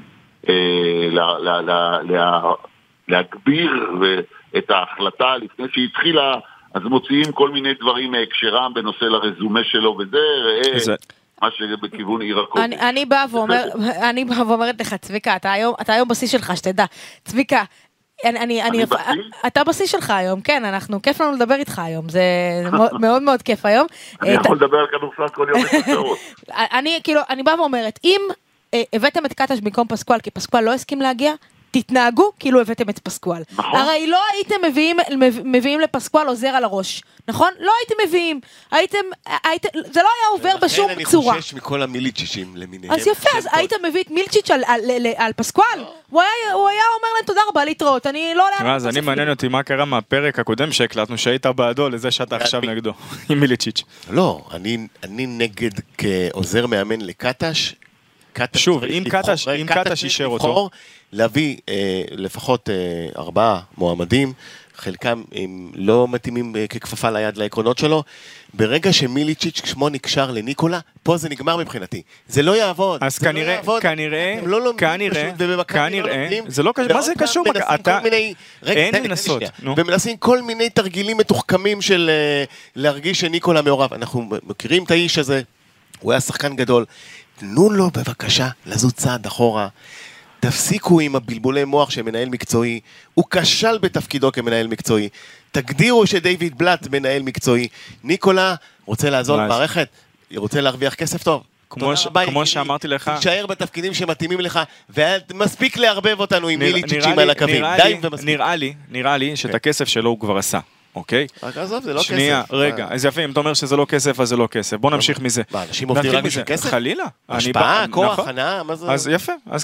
להגביר את ההחלטה לפני שהתחילה, אז מוציאים כל מיני דברים מהקשרם בנושא לרזומה שלו, וזה מה שבכיוון עיר הקודש. אני באה ואומרת לך, צביקה, אתה היום בשיא שלך, שתדע, צביקה, אני, אני, אתה בשיא שלך היום, כן, אנחנו, כיף לנו לדבר איתך היום, זה מאוד מאוד כיף היום. אני יכול לדבר על כדורסל כל יום בשעות. אני, כאילו, אני באה ואומרת, אם הבאתם את קטש במקום פסקואל, כי פסקואל לא הסכים להגיע, תתנהגו כאילו הבאתם את פסקואל. הרי לא הייתם מביאים, מביאים לפסקואל עוזר על הראש, נכון? לא הייתם מביאים, הייתם, הייתם, זה לא היה עובר בשום צורה. אני חושש מכל המיליצ'יצ'ים למיניהם. אז יפה, אז היית מביא את מילצ'יץ' על פסקואל? הוא היה אומר להם תודה רבה להתראות, אני לא עליה... אז אני מעניין אותי מה קרה מהפרק הקודם שהקלטנו, שהיית בעדו לזה שאתה עכשיו נגדו, עם מיליצ'יץ'. לא, אני נגד כעוזר מאמן לקטש, שוב, אם קטש, אם קטש אישר אותו, להביא אה, לפחות אה, ארבעה מועמדים, חלקם הם לא מתאימים אה, ככפפה ליד לעקרונות שלו, ברגע שמיליצ'יץ' שמו נקשר לניקולה, פה זה נגמר מבחינתי. זה לא יעבוד. אז כנראה, לא יעבוד. כנראה, לא כנראה, כנראה, זה לא קשור, מה זה קשור? אתה, מיני, רגע, אין תן, לנסות. ומנסים כל מיני תרגילים מתוחכמים של אה, להרגיש שניקולה מעורב. אנחנו מכירים את האיש הזה, הוא היה שחקן גדול. תנו לו בבקשה לזוז צעד אחורה, תפסיקו עם הבלבולי מוח שמנהל מקצועי, הוא כשל בתפקידו כמנהל מקצועי, תגדירו שדייוויד בלאט מנהל מקצועי, ניקולה רוצה לעזור למערכת, רוצה להרוויח כסף טוב. כמו שאמרתי לך, תישאר בתפקידים שמתאימים לך, ומספיק לערבב אותנו עם מיליצ'יצ'ים על הקווים. נראה לי, נראה לי שאת הכסף שלו הוא כבר עשה. אוקיי? רק עזוב, זה לא כסף. שנייה, רגע, אז יפה, אם אתה אומר שזה לא כסף, אז זה לא כסף. בוא נמשיך מזה. מה, אנשים עובדים רק בשביל כסף? חלילה. השפעה, כוח, הנאה, מה זה? אז יפה, אז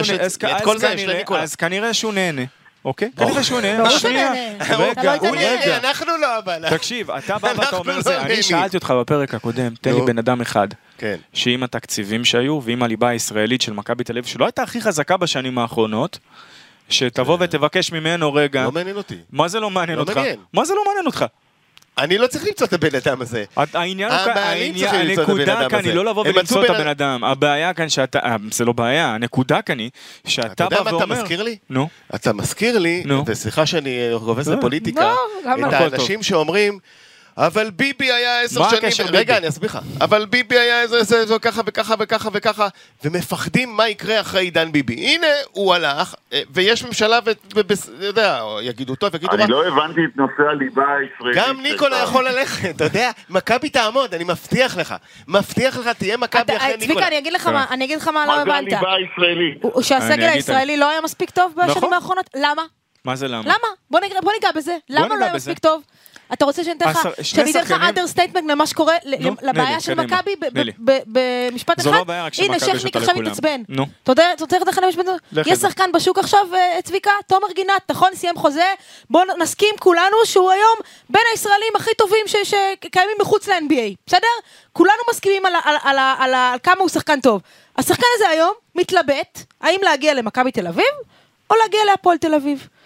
כנראה שהוא נהנה. אוקיי? כנראה שהוא נהנה. שנייה, רגע, רגע. אנחנו לא, אבל... תקשיב, אתה בא ואתה אומר זה, אני שאלתי אותך בפרק הקודם, תן לי בן אדם אחד, שעם התקציבים שהיו, ועם הליבה הישראלית של מכבי תל אביב, שלא הייתה הכי חזקה בשנים האחרונות, שתבוא ותבקש ממנו רגע. לא מעניין אותי. מה זה לא מעניין אותך? מה זה לא מעניין אותך? אני לא צריך למצוא את הבן אדם הזה. העניין הוא כאן, הנקודה כאן היא לא לבוא ולמצוא את הבן אדם. הבעיה כאן שאתה, זה לא בעיה, הנקודה כאן היא שאתה בא ואומר... אתה יודע מה אתה מזכיר לי? נו. אתה מזכיר לי, וסליחה שאני גובס לפוליטיקה, את האנשים שאומרים, אבל ביבי היה עשר שנים, רגע אני אסביר לך, אבל ביבי היה איזה ככה וככה וככה וככה, ומפחדים מה יקרה אחרי עידן ביבי. הנה הוא הלך, ויש ממשלה, ויודע, יגידו טוב, יגידו מה. אני לא הבנתי את נושא הליבה הישראלית. גם ניקולה יכול ללכת, אתה יודע, מכבי תעמוד, אני מבטיח לך, מבטיח לך, תהיה מכבי אחרי ניקולה. צביקה, אני אגיד לך מה לא הבנת. מה זה הליבה הישראלית? שהסגל הישראלי לא היה מספיק טוב בשנים האחרונות, למה? מה זה למה? למה? בוא ניגע בזה, למה לא היה מספיק טוב? אתה רוצה שאני אתן לך אנדרסטייטמנט למה שקורה לבעיה של מכבי במשפט אחד? הנה, שכניק עכשיו מתעצבן. אתה רוצה לך למשפט? יש שחקן בשוק עכשיו, צביקה, תומר גינת, נכון, סיים חוזה, בואו נסכים כולנו שהוא היום בין הישראלים הכי טובים שקיימים מחוץ ל-אן בי איי, בסדר? כולנו מסכימים על כמה הוא שחקן טוב. השחקן הזה היום מתלבט, האם להגיע למכבי תל אביב, או להגיע להפועל תל אביב.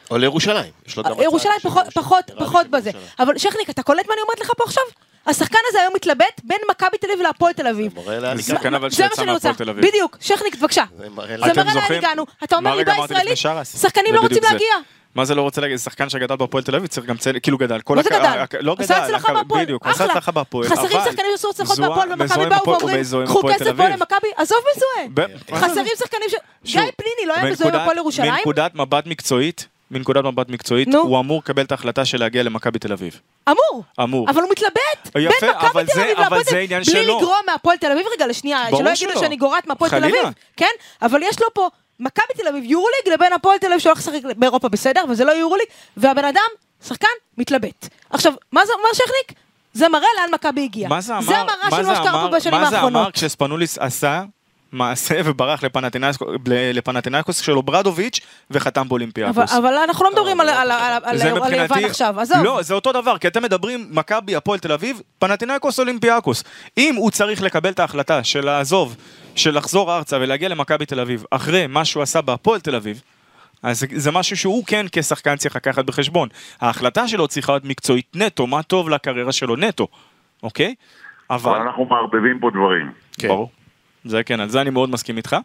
או לירושלים. ירושלים פחות, פחות בזה. אבל שכניק, אתה קולט מה אני אומרת לך פה עכשיו? השחקן הזה היום מתלבט בין מכבי תל אביב להפועל תל אביב. זה שחקן אבל שיצא מהפועל תל אביב. בדיוק, שכניק, בבקשה. זה מראה לאן הגענו. אתה אומר ליבה ישראלית, שחקנים לא רוצים להגיע. מה זה לא רוצה להגיד? שחקן שגדל בהפועל תל אביב צריך גם צל... כאילו גדל. מה זה גדל? לא עשה הצלחה בהפועל. בדיוק, עשה הצלחה בהפועל. חסרים שחקנים שעשו הצלחות בהפועל ומכבי באו ואומרים, קחו כסף בוא למכבי, עזוב מזוהה. חסרים שחקנים ש... גיא פניני לא היה מזוהה בהפועל ירושלים? מנקודת מבט מקצועית, מנקודת מבט מקצועית, הוא אמור לקבל את ההחלטה של להגיע למכבי תל אביב. אמור. אמור. אבל הוא מתלבט בין מכבי תל אביב להפועל תל אביב, בלי לגרוע מהפועל תל אביב רגע לשנייה, שלא יגידו שאני גורעת מהפועל תל אביב, כן? אבל יש לו פה מכבי תל אביב יורוליג לבין הפועל תל אביב שהולך לשחק באירופה בסדר, וזה לא יורוליג, והבן אדם, שחקן, מתלבט. עכשיו, מה זה אומר שכניק? זה מראה לאן מכבי הגיע. מה זה אמר? זה המראה של מה שקרה פה בשנים האחרונות. מה זה אמר כשספנוליס עשה מעשה וברח לפנתינייקוס של אוברדוביץ' וחתם באולימפיאקוס? אבל אנחנו לא מדברים על יוון עכשיו, עזוב. לא, זה אותו דבר, כי אתם מדברים מכבי, הפועל תל אביב, פנתינייקוס, אולימפיאקוס. אם הוא צריך לקבל את ההחלטה של לעזוב, של לחזור ארצה ולהגיע למכבי תל אביב, אחרי מה שהוא עשה בהפועל תל אביב, אז זה משהו שהוא כן כשחקן צריך לקחת בחשבון. ההחלטה שלו צריכה להיות מקצועית נטו, מה טוב לקריירה שלו נטו, אוקיי? אבל אנחנו מערבבים פה דברים. ברור. זה כן, על זה אני מאוד מסכים איתך.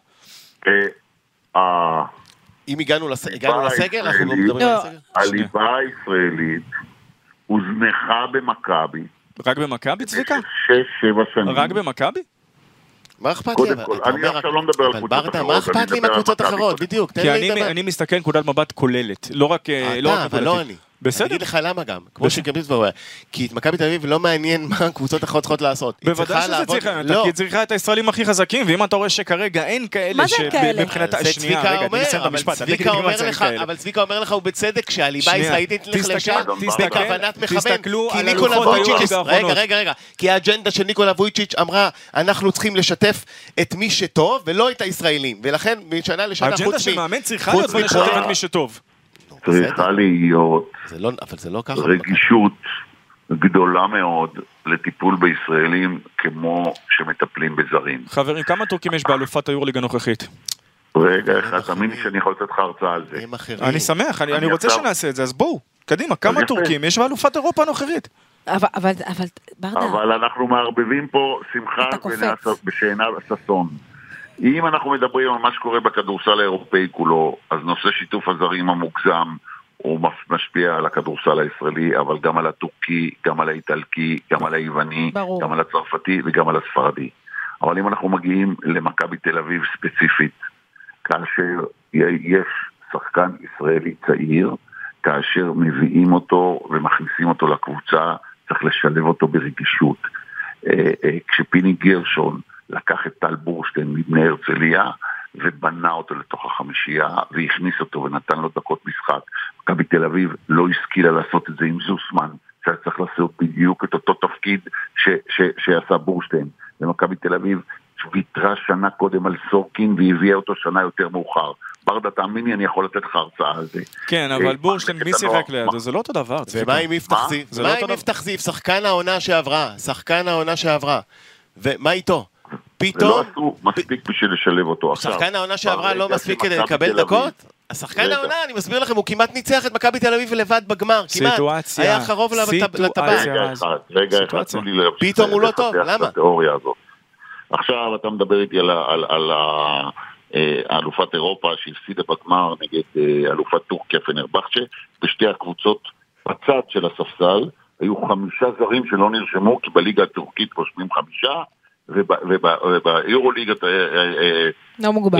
אם הגענו לסגל, אנחנו לא מדברים על הסגל. הליבה הישראלית הוזנחה במכבי. רק במכבי, צביקה? שש, שבע שנים. רק במכבי? מה אכפת לי? אני עכשיו לא מדבר על קבוצות אחרות. מה אכפת לי מהקבוצות אחרות? בדיוק, תן לי לדבר. כי אני מסתכל נקודת מבט כוללת, לא רק... אתה, אבל לא אני. בסדר. אני אגיד לך למה גם, כמו שגם זה כי את מכבי תל אביב לא מעניין מה הקבוצות אחרות צריכות לעשות. בוודאי שזה צריכה, כי צריכה את הישראלים הכי חזקים, ואם אתה רואה שכרגע אין כאלה שבבחינת השנייה, רגע, אני אסיים את המשפט, אבל צביקה אומר לך, הוא בצדק שהליבה הישראלית נחלשה בכוונת מכוון, כי ניקולה וויצ'יץ', רגע, רגע, רגע, כי האג'נדה של ניקולה וויצ'יץ' אמרה, אנחנו צריכים לשתף את מי שטוב, ולא את הישראלים, ולכן משנה לשנה האג'נדה של מאמן צריכה להיות לשתף את מי שטוב. צריכה להיות רגישות גדולה מאוד לטיפול בישראלים כמו שמטפלים בזרים. חברים, כמה טורקים יש באלופת היורוליג הנוכחית? רגע אחד, תאמין לי שאני יכול לתת לך הרצאה על זה. אני שמח, אני רוצה שנעשה את זה, אז בואו, קדימה, כמה טורקים יש באלופת אירופה הנוכחית? אבל אבל אנחנו מערבבים פה שמחה ושאינה ששון. אם אנחנו מדברים על מה שקורה בכדורסל האירופאי כולו, אז נושא שיתוף הזרים המוגזם הוא משפיע על הכדורסל הישראלי, אבל גם על הטורקי, גם על האיטלקי, גם על היווני, ברור. גם על הצרפתי וגם על הספרדי. אבל אם אנחנו מגיעים למכבי תל אביב ספציפית, כאשר יש שחקן ישראלי צעיר, כאשר מביאים אותו ומכניסים אותו לקבוצה, צריך לשלב אותו ברגישות. כשפיני גרשון לקח את טל בורשטיין מבני הרצליה ובנה אותו לתוך החמישייה והכניס אותו ונתן לו דקות משחק. מכבי תל אביב לא השכילה לעשות את זה עם זוסמן, שהיה צריך לעשות בדיוק את אותו תפקיד ש- ש- שעשה בורשטיין. ומכבי תל אביב ויתרה שנה קודם על סורקין והביאה אותו שנה יותר מאוחר. ברדה, תאמיני, אני יכול לתת לך הרצאה על זה. כן, אבל בורשטיין מי שיחק לידו, זה לא אותו דבר. ומה עם יפתח זיו? מה עם יפתח זיו? שחקן העונה שעברה, שחקן העונה שעברה. ומה איתו? פתאום... לא עשו מספיק בשביל לשלב אותו. שחקן העונה שעברה לא מספיק כדי לקבל דקות? השחקן העונה, אני מסביר לכם, הוא כמעט ניצח את מכבי תל אביב לבד בגמר, כמעט. היה חרוב לטבעת. רגע, החלטנו לי להמשיך. פתאום הוא לא טוב, למה? עכשיו אתה מדבר איתי על האלופת אירופה שהפסידה בגמר נגד אלופת טורקיה פנרבחצ'ה, בשתי הקבוצות בצד של הספסל, היו חמישה זרים שלא נרשמו, כי בליגה הטורקית רושמים חמישה, וביורוליגה לא מוגבל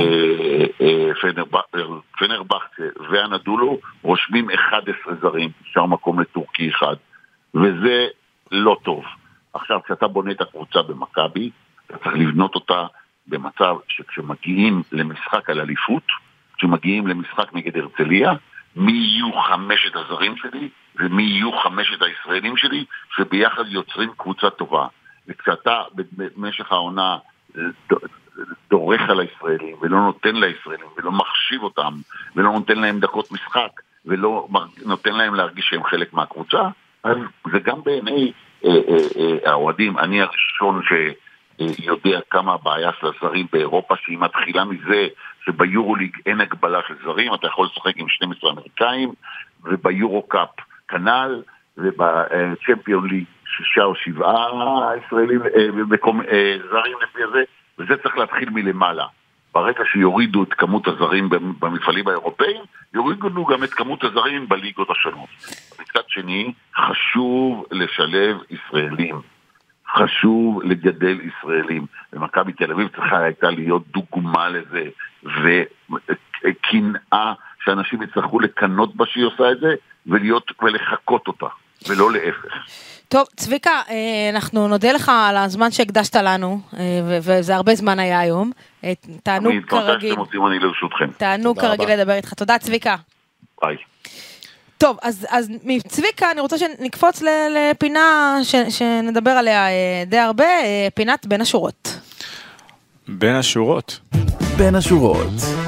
פנרבחצ'ה ואנדולו רושמים אחד עשר זרים, נשאר מקום לטורקי אחד, וזה לא טוב. עכשיו כשאתה בונה את הקבוצה במכבי, אתה צריך לבנות אותה במצב שכשמגיעים למשחק על אליפות, כשמגיעים למשחק נגד הרצליה, מי יהיו חמשת הזרים שלי ומי יהיו חמשת הישראלים שלי, שביחד יוצרים קבוצה טובה. וכשאתה במשך העונה דורך על הישראלים ולא נותן לישראלים ולא מחשיב אותם ולא נותן להם דקות משחק ולא נותן להם להרגיש שהם חלק מהקבוצה, אז זה גם בעיני האוהדים. אני הראשון יודע כמה הבעיה של הזרים באירופה, שהיא מתחילה מזה שביורוליג אין הגבלה של זרים, אתה יכול לשחק עם שנים עשר אמריקאים, וביורו-קאפ כנל, ובצ'מפיון ליג שישה או שבעה ישראלים, זרים לפי זה, וזה צריך להתחיל מלמעלה. ברגע שיורידו את כמות הזרים במפעלים האירופאים, יורידו גם את כמות הזרים בליגות השונות. מצד שני, חשוב לשלב ישראלים. חשוב לגדל ישראלים. ומכבי תל אביב צריכה הייתה להיות דוגמה לזה, וקנאה שאנשים יצטרכו לקנות בה שהיא עושה את זה, ולהיות, ולחכות אותה, ולא להפך. טוב, צביקה, אנחנו נודה לך על הזמן שהקדשת לנו, וזה הרבה זמן היה היום. תענוג כרגיל. אני לרשותכם. תענוג כרגיל לדבר איתך. תודה, צביקה. ביי. טוב, אז, אז מצביקה אני רוצה שנקפוץ לפינה ש, שנדבר עליה די הרבה, פינת בין השורות. בין השורות. בין השורות.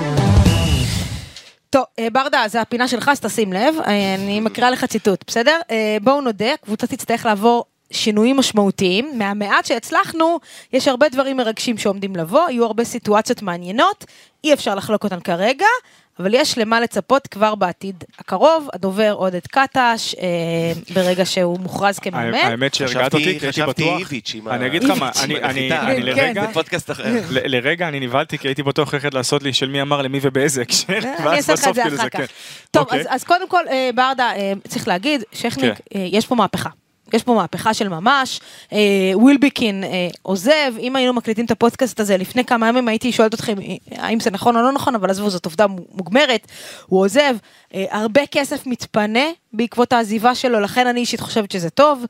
טוב, ברדה, זה הפינה שלך, אז תשים לב, אני מקריאה לך ציטוט, בסדר? בואו נודה, הקבוצה תצטרך לעבור שינויים משמעותיים, מהמעט שהצלחנו, יש הרבה דברים מרגשים שעומדים לבוא, יהיו הרבה סיטואציות מעניינות, אי אפשר לחלוק אותן כרגע, אבל יש למה לצפות כבר בעתיד הקרוב, הדובר עודד קטש, ברגע שהוא מוכרז כמאמן. האמת שהרגעת אותי, כי הייתי בטוח, אני אגיד לך מה, אני לרגע, לרגע אני נבהלתי, כי הייתי בטוח איך לעשות לי של מי אמר למי ובאיזה הקשר, אני אעשה לך את זה אחר כך. טוב, אז קודם כל, ברדה, צריך להגיד, שכניק, יש פה מהפכה. יש פה מהפכה של ממש, ווילביקין עוזב, אם היינו מקליטים את הפודקאסט הזה, לפני כמה ימים הייתי שואלת אתכם, האם זה נכון או לא נכון, אבל עזבו, זאת עובדה מוגמרת, הוא עוזב, הרבה כסף מתפנה בעקבות העזיבה שלו, לכן אני אישית חושבת שזה טוב,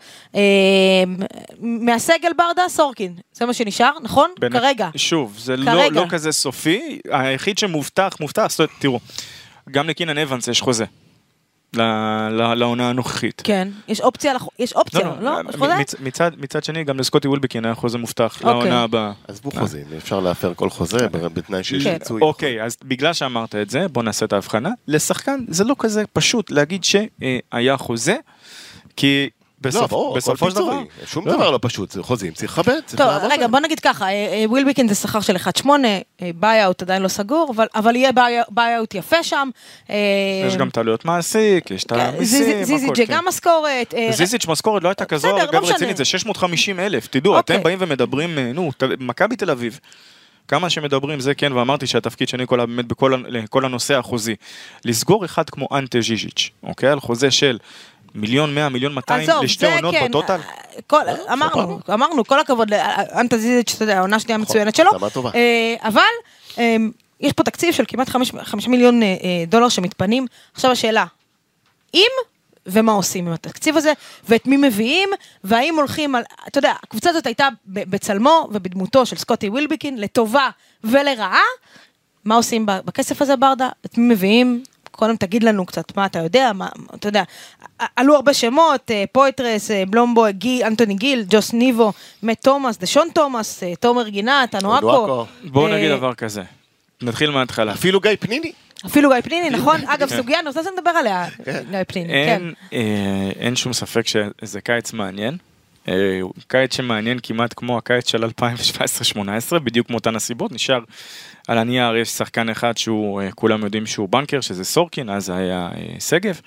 מהסגל ברדה, סורקין, זה מה שנשאר, נכון? כרגע. שוב, זה לא כזה סופי, היחיד שמובטח, מובטח, תראו, גם לקינן אבנס יש חוזה. לעונה הנוכחית. כן, יש אופציה, יש אופציה, לא? מצד שני, גם לסקוטי וולבקין היה חוזה מובטח לעונה הבאה. אז בוא חוזים, אפשר להפר כל חוזה בתנאי שיש ייצוי. אוקיי, אז בגלל שאמרת את זה, בוא נעשה את ההבחנה. לשחקן זה לא כזה פשוט להגיד שהיה חוזה, כי בסופו של דבר, שום דבר לא פשוט, זה חוזים, צריך לכבד. טוב, רגע, בוא נגיד ככה, ווילביקין זה שכר של אחת שמונה, ביי-אוט עדיין לא סגור, אבל יהיה ביי-אוט יפה שם. יש גם תעלויות מעסיק, יש את המיסים. זיזיץ' גם משכורת. זיזיץ' משכורת לא הייתה כזו, אגב רצינית, זה שש מאות וחמישים אלף, תדעו, אתם באים ומדברים, נו, מכבי תל אביב. כמה שמדברים זה כן, ואמרתי שהתפקיד שני כל באמת בכל הנושא החוזי. לסגור אחד כמו אנטה זיזיץ', אוקיי? על חוזה של מיליון מאה, מיליון מאתיים לשתי עונות בטוטל. אמרנו, אמרנו, כל הכבוד לאנטה זיזיץ', אתה יודע, העונה שנייה מצוינת שלו. אבל יש פה תקציב של כמעט חמישה מיליון דולר שמתפנים. עכשיו השאלה, אם ומה עושים עם התקציב הזה, ואת מי מביאים, והאם הולכים על, אתה יודע, הקבוצה הזאת הייתה בצלמו ובדמותו של סקוטי ווילביקין, לטובה ולרעה, מה עושים בכסף הזה ברדה? את מי מביאים? קודם תגיד לנו קצת מה אתה יודע, מה, אתה יודע, עלו הרבה שמות, פויטרס, בלומבו, גיל, אנטוני גיל, ג'וס ניבו, מט תומאס, דשון תומאס, תומר גינת, אנואקו. בואו נגיד דבר כזה, נתחיל מההתחלה. אפילו גיא פניני. אפילו גיא פניני, נכון? אגב, סוגיה, אני רוצה לדבר עליה, גיא פניני, כן. אין שום ספק שזה קיץ מעניין, קיץ שמעניין כמעט כמו הקיץ של אלפיים שבע עשרה שמונה עשרה, בדיוק מאותן הסיבות, נשאר על הנייר יש שחקן אחד שהוא, כולם יודעים שהוא בנקר, שזה סורקין, אז היה סגב,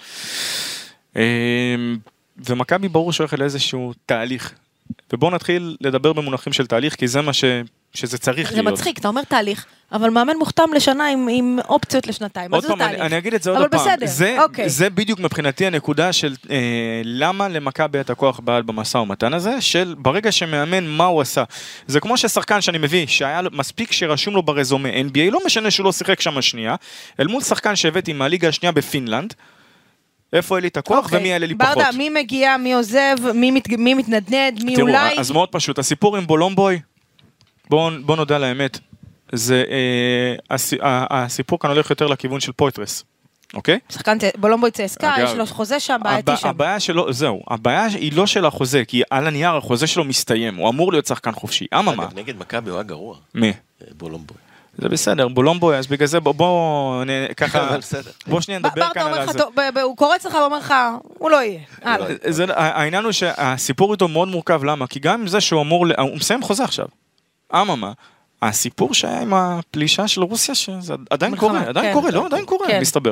ומכבי ברור שהולך לאיזשהו תהליך, ובואו נתחיל לדבר במונחים של תהליך, כי זה מה ש... שזה צריך להיות. זה מצחיק, אתה אומר תהליך, אבל מאמן מוכתם לשנה עם, עם אופציות לשנתיים, אז זה פעם, תהליך. אני אגיד את זה עוד פעם, זה, אוקיי. זה בדיוק מבחינתי הנקודה של אה, למה למכבי את הכוח בעל במשא ומתן הזה, של ברגע שמאמן מה הוא עשה. זה כמו ששחקן שאני מביא, שהיה מספיק שרשום לו ברזומה אן בי איי, לא משנה שהוא לא שיחק שם השנייה, אל מול שחקן שהבאתי מהליגה השנייה בפינלנד, איפה היה לי את הכוח okay. ומי היה לי פחות. ברדה, מי מגיע, מי עוזב, מי, מת, מי מתנדנד, מי תראו, אולי... אז מאוד פשוט, הסיפור עם בולומבוי, בואו בוא נודע לאמת, זה, אה, הסיפור כאן הולך יותר לכיוון של פויטרס, אוקיי? שחקן בולומבוי צסקה, יש לו חוזה שם, בעייתי שם. הבעיה שלו, זהו, הבעיה היא לא של החוזה, כי על הנייר החוזה שלו מסתיים, הוא אמור להיות שחקן חופשי, אממה. נגד מכבי הוא היה גרוע. מי? בולומבוי. זה בסדר, בולומבוי, אז בגלל זה בואו ככה, בואו שנייה נדבר כאן על זה. הוא קורץ לך ואומר לך, הוא לא יהיה. העניין הוא שהסיפור איתו מאוד מורכב, למה? כי גם עם זה שהוא אמור, הוא מסיים חוזה עכשיו. אממה, הסיפור שהיה עם הפלישה של רוסיה, שזה עדיין קורה, עדיין קורה, לא, עדיין קורה, מסתבר.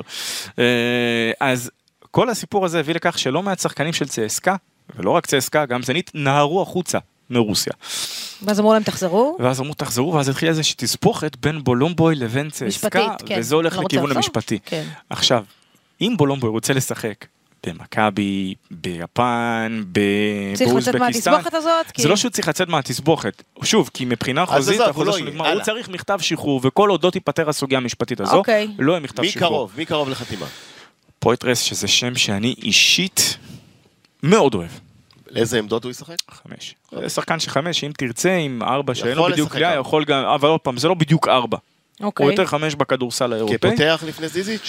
אז כל הסיפור הזה הביא לכך שלא מעט שחקנים של צסקה, ולא רק צסקה, גם זנית, נהרו החוצה מרוסיה. ואז אמרו להם תחזרו? ואז אמרו תחזרו, ואז התחילה איזושהי תספוכת בין בולומבוי לבין צסקה, וזה הולך לכיוון המשפטי. עכשיו, אם בולומבוי רוצה לשחק במכבי, ביפן, באוזבקיסטן, זה לא שהוא צריך לצאת מהתסבוכת. שוב, כי מבחינה חוזית, הוא צריך מכתב שחרור, וכל עוד לא תיפטר הסוגיה המשפטית הזו, לא יהיה מכתב שחרור. מי קרוב? מי קרוב לחתימה? פויטרס, שזה שם שאני אישית מאוד אוהב. לאיזה עמדות הוא ישחק? חמש. זה שחקן שחמש, אם תרצה, עם ארבע, שאין לו בדיוק ליה, יכול גם, אבל עוד פעם, זה לא בדיוק ארבע. הוא יותר חמש בכדורסל האירופאי. כפותח לפני זיזיץ'?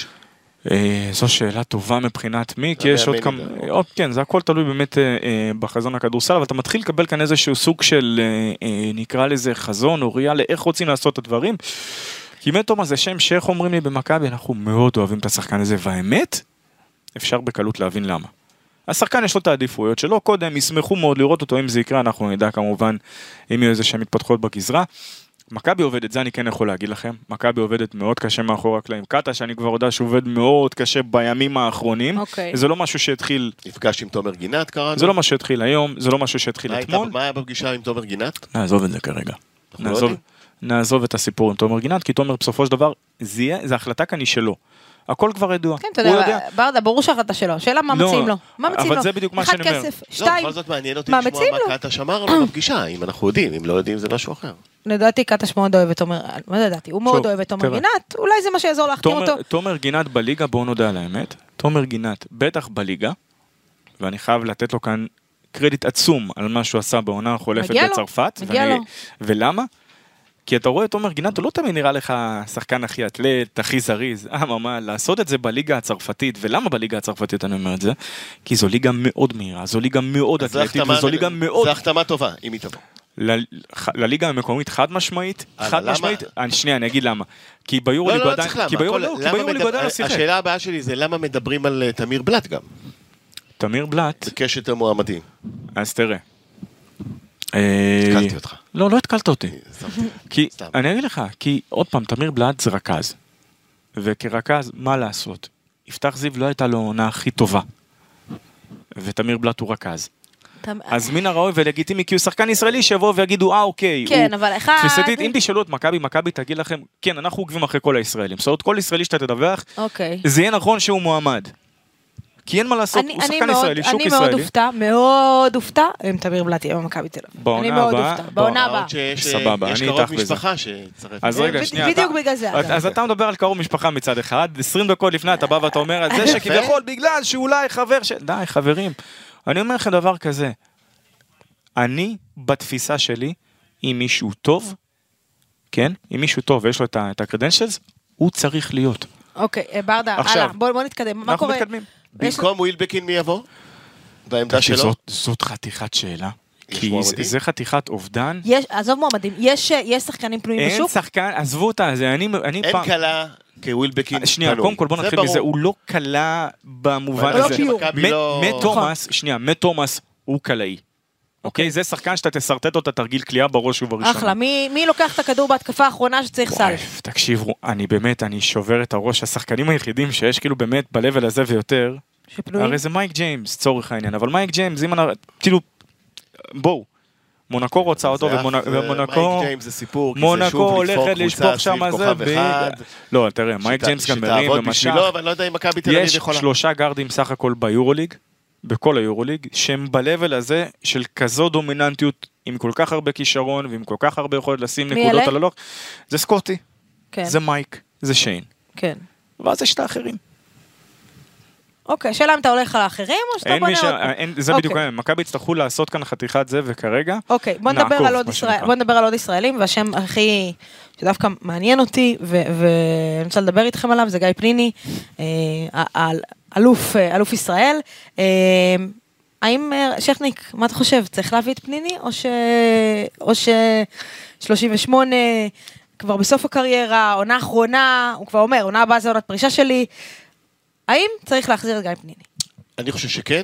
זו שאלה טובה מבחינת מי, כי יש עוד כמה, כן, זה הכל תלוי באמת בחזון הכדורסל, אבל אתה מתחיל לקבל כאן איזשהו סוג של, נקרא לזה חזון, או ראייה לאיך רוצים לעשות את הדברים, כי באמת תומאס זה שם שאיך אומרים לי במכבי, אנחנו מאוד אוהבים את השחקן הזה, והאמת, אפשר בקלות להבין למה. השחקן יש לו את העדיפויות שלו, קודם ישמחו מאוד לראות אותו, אם זה יקרה, אנחנו נדע כמובן, אם יהיו איזה שהם מתפתחות בגזרה. מכבי עובדת, זה אני כן יכול להגיד לכם, מכבי עובדת מאוד קשה מאחורי הקלעים. קטע שאני כבר יודע שהוא עובד מאוד קשה בימים האחרונים, okay. זה לא משהו שהתחיל... נפגש עם תומר גינת קראנו? זה לא משהו שהתחיל היום, זה לא משהו שהתחיל אתמול. מה היה בפגישה עם תומר גינת? נעזוב את זה כרגע. נעזוב, נעזוב את הסיפור עם תומר גינת, כי תומר בסופו של דבר, זה, זה החלטה כאן היא שלו. הכל כבר ידוע. כן, אתה יודע, ברדה, ברור שהחלטה שלו. שאלה מה מציעים לו. מה מציעים לו? אבל זה בדיוק מה שאני אומר. אחד כסף, שתיים. בכל זאת מעניין אותי לשמוע מה קטש אמר לו בפגישה, אם אנחנו יודעים, אם לא יודעים זה משהו אחר. לדעתי קטש מאוד אוהב את תומר, מה לדעתי? הוא מאוד אוהב את תומר גינת, אולי זה מה שיעזור להחתים אותו. תומר גינת בליגה, בואו נודע על האמת. תומר גינת בטח בליגה, ואני חייב לתת לו כאן קרדיט עצום על מה שהוא עשה בעונה החולפת בצרפת. מגיע לו. ולמה? כי אתה רואה את תומר גינת, הוא לא תמיד נראה לך שחקן הכי אטלט, הכי זריז, אה, מה, לעשות את זה בליגה הצרפתית, ולמה בליגה הצרפתית אני אומר את זה? כי זו ליגה מאוד מהירה, זו ליגה מאוד אטלטית, וזו ליגה מאוד... זו החתמה טובה, אם היא תבוא. לליגה המקומית חד משמעית, חד משמעית, שנייה, אני אגיד למה. כי ביורוליג לא, לא צריך למה. השאלה הבאה שלי זה למה מדברים על תמיר בלט גם. תמיר בלט... בקשת המועמדים. אז תראה. התקלתי אותך. לא, לא התקלת אותי. כי, אני אגיד לך, כי עוד פעם, תמיר בלט זה רכז. וכרכז, מה לעשות? יפתח זיו לא הייתה לו עונה הכי טובה. ותמיר בלט הוא רכז. אז מן הראוי ולגיטימי, כי הוא שחקן ישראלי שיבוא ויגידו, אה, אוקיי. כן, אבל אחד... תפיסתית, אם תשאלו את מכבי, מכבי תגיד לכם, כן, אנחנו עוקבים אחרי כל הישראלים. זאת אומרת, כל ישראלי שאתה תדווח, זה יהיה נכון שהוא מועמד. כי אין מה לעשות, הוא שחקן ישראלי, שוק ישראלי. אני מאוד הופתע, מאוד הופתע, אם תמיר בלט יהיה במכבי תל אביב. אני מאוד הופתע, בעונה הבאה. סבבה, יש קרוב משפחה שצרף. אז רגע, שנייה. בדיוק בגלל זה. אז אתה מדבר על קרוב משפחה מצד אחד, עשרים דקות לפני אתה בא ואתה אומר, זה שכביכול בגלל שאולי חבר ש... די, חברים. אני אומר לכם דבר כזה, אני, בתפיסה שלי, אם מישהו טוב, כן? אם מישהו טוב ויש לו את הקרדנשלס, הוא צריך להיות. אוקיי, ברדה, הלאה, בוא נתקדם. מה קורה? במקום ווילבקין מי יבוא? בעמדה שלו? זאת חתיכת שאלה. כי זה חתיכת אובדן. עזוב מועמדים, יש שחקנים פנויים בשוק? אין שחקן, עזבו אותה, אין קלה כווילבקין פנוי. שנייה, קודם כל בוא נתחיל בזה, הוא לא קלה במובן הזה. מת תומאס, שנייה, מת תומאס הוא קלעי. אוקיי, זה שחקן שאתה תסרטט אותה תרגיל קליעה בראש ובראשונה. אחלה, מי לוקח את הכדור בהתקפה האחרונה שצריך סל? תקשיבו, אני באמת, אני שובר את הראש, השחקנים היחידים שיש כאילו באמת בלבל הזה ויותר, הרי זה מייק ג'יימס, צורך העניין, אבל מייק ג'יימס, אם אני, כאילו, בואו, מונקו רוצה אותו, ומונקו, מונקו הולכת לשפוך שם הזה, לא, תראה, מייק ג'יימס גם מרים ומשך, יש שלושה גארדים סך הכל ביורוליג, בכל היורוליג, שהם בלבל הזה של כזו דומיננטיות, עם כל כך הרבה כישרון, ועם כל כך הרבה יכולת לשים נקודות על הלוח, זה סקוטי, זה מייק, זה שיין. כן. ואז יש את האחרים. אוקיי, שאלה אם אתה הולך על האחרים, או שאתה בונה עוד? זה בדיוק, מכבי יצטרכו לעשות כאן חתיכת זה, וכרגע, אוקיי, בוא נדבר על עוד ישראלים, והשם הכי, שדווקא מעניין אותי, ואני רוצה לדבר איתכם עליו, זה גיא פניני, אלוף, אלוף ישראל. האם, שכניק, מה אתה חושב? צריך להביא את פניני, או ש... או ש... שלושים ושמונה, כבר בסוף הקריירה, עונה אחרונה, הוא כבר אומר, עונה הבאה זה עונת פרישה שלי. האם צריך להחזיר את גיא פניני? אני חושב שכן,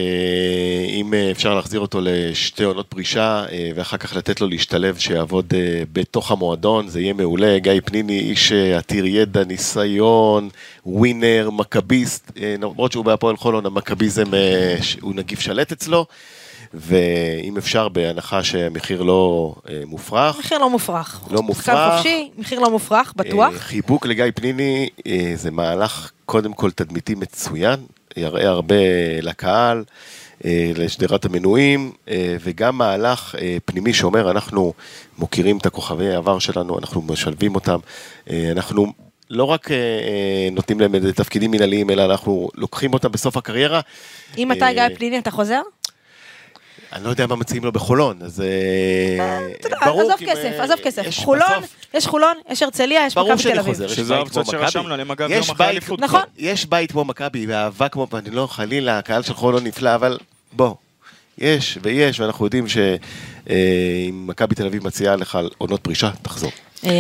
אם אפשר להחזיר אותו לשתי עונות פרישה, ואחר כך לתת לו להשתלב, שיעבוד בתוך המועדון, זה יהיה מעולה. גיא פניני, איש עתיר ידע, ניסיון, ווינר, מקביסט, למרות שהוא בהפועל חולון, המקביזם הוא נגיף שלט אצלו, ואם אפשר בהנחה שהמחיר לא מופרך. מחיר לא מופרך. לא מופרך. חופשי, מחיר לא מופרך, בטוח. חיבוק לגיא פניני, זה מהלך קודם כל תדמיתי מצוין, יראה הרבה לקהל, לשדרת המנויים, וגם מהלך פנימי שאומר, אנחנו מוכירים את הכוכבי העבר שלנו, אנחנו משלבים אותם, אנחנו לא רק נותנים להם תפקידים מנהליים, אלא אנחנו לוקחים אותם בסוף הקריירה. אם אתה גיא פניני, אתה חוזר? אני לא יודע מה מציעים לו בחולון, אז ברור. עזוב כסף, עזוב כסף. חולון, יש חולון, יש הרצליה, יש מכבי תל אביב. שזה האופציות שרשמנו עליהם אגב יום אחרי אליפות. נכון. יש בית כמו מכבי, ואהבה כמו, אני לא חלילה, הקהל של חולון נפלא, אבל בוא, יש ויש, ואנחנו יודעים שאם מכבי תל אביב מציעה לך עונות פרישה, תחזור.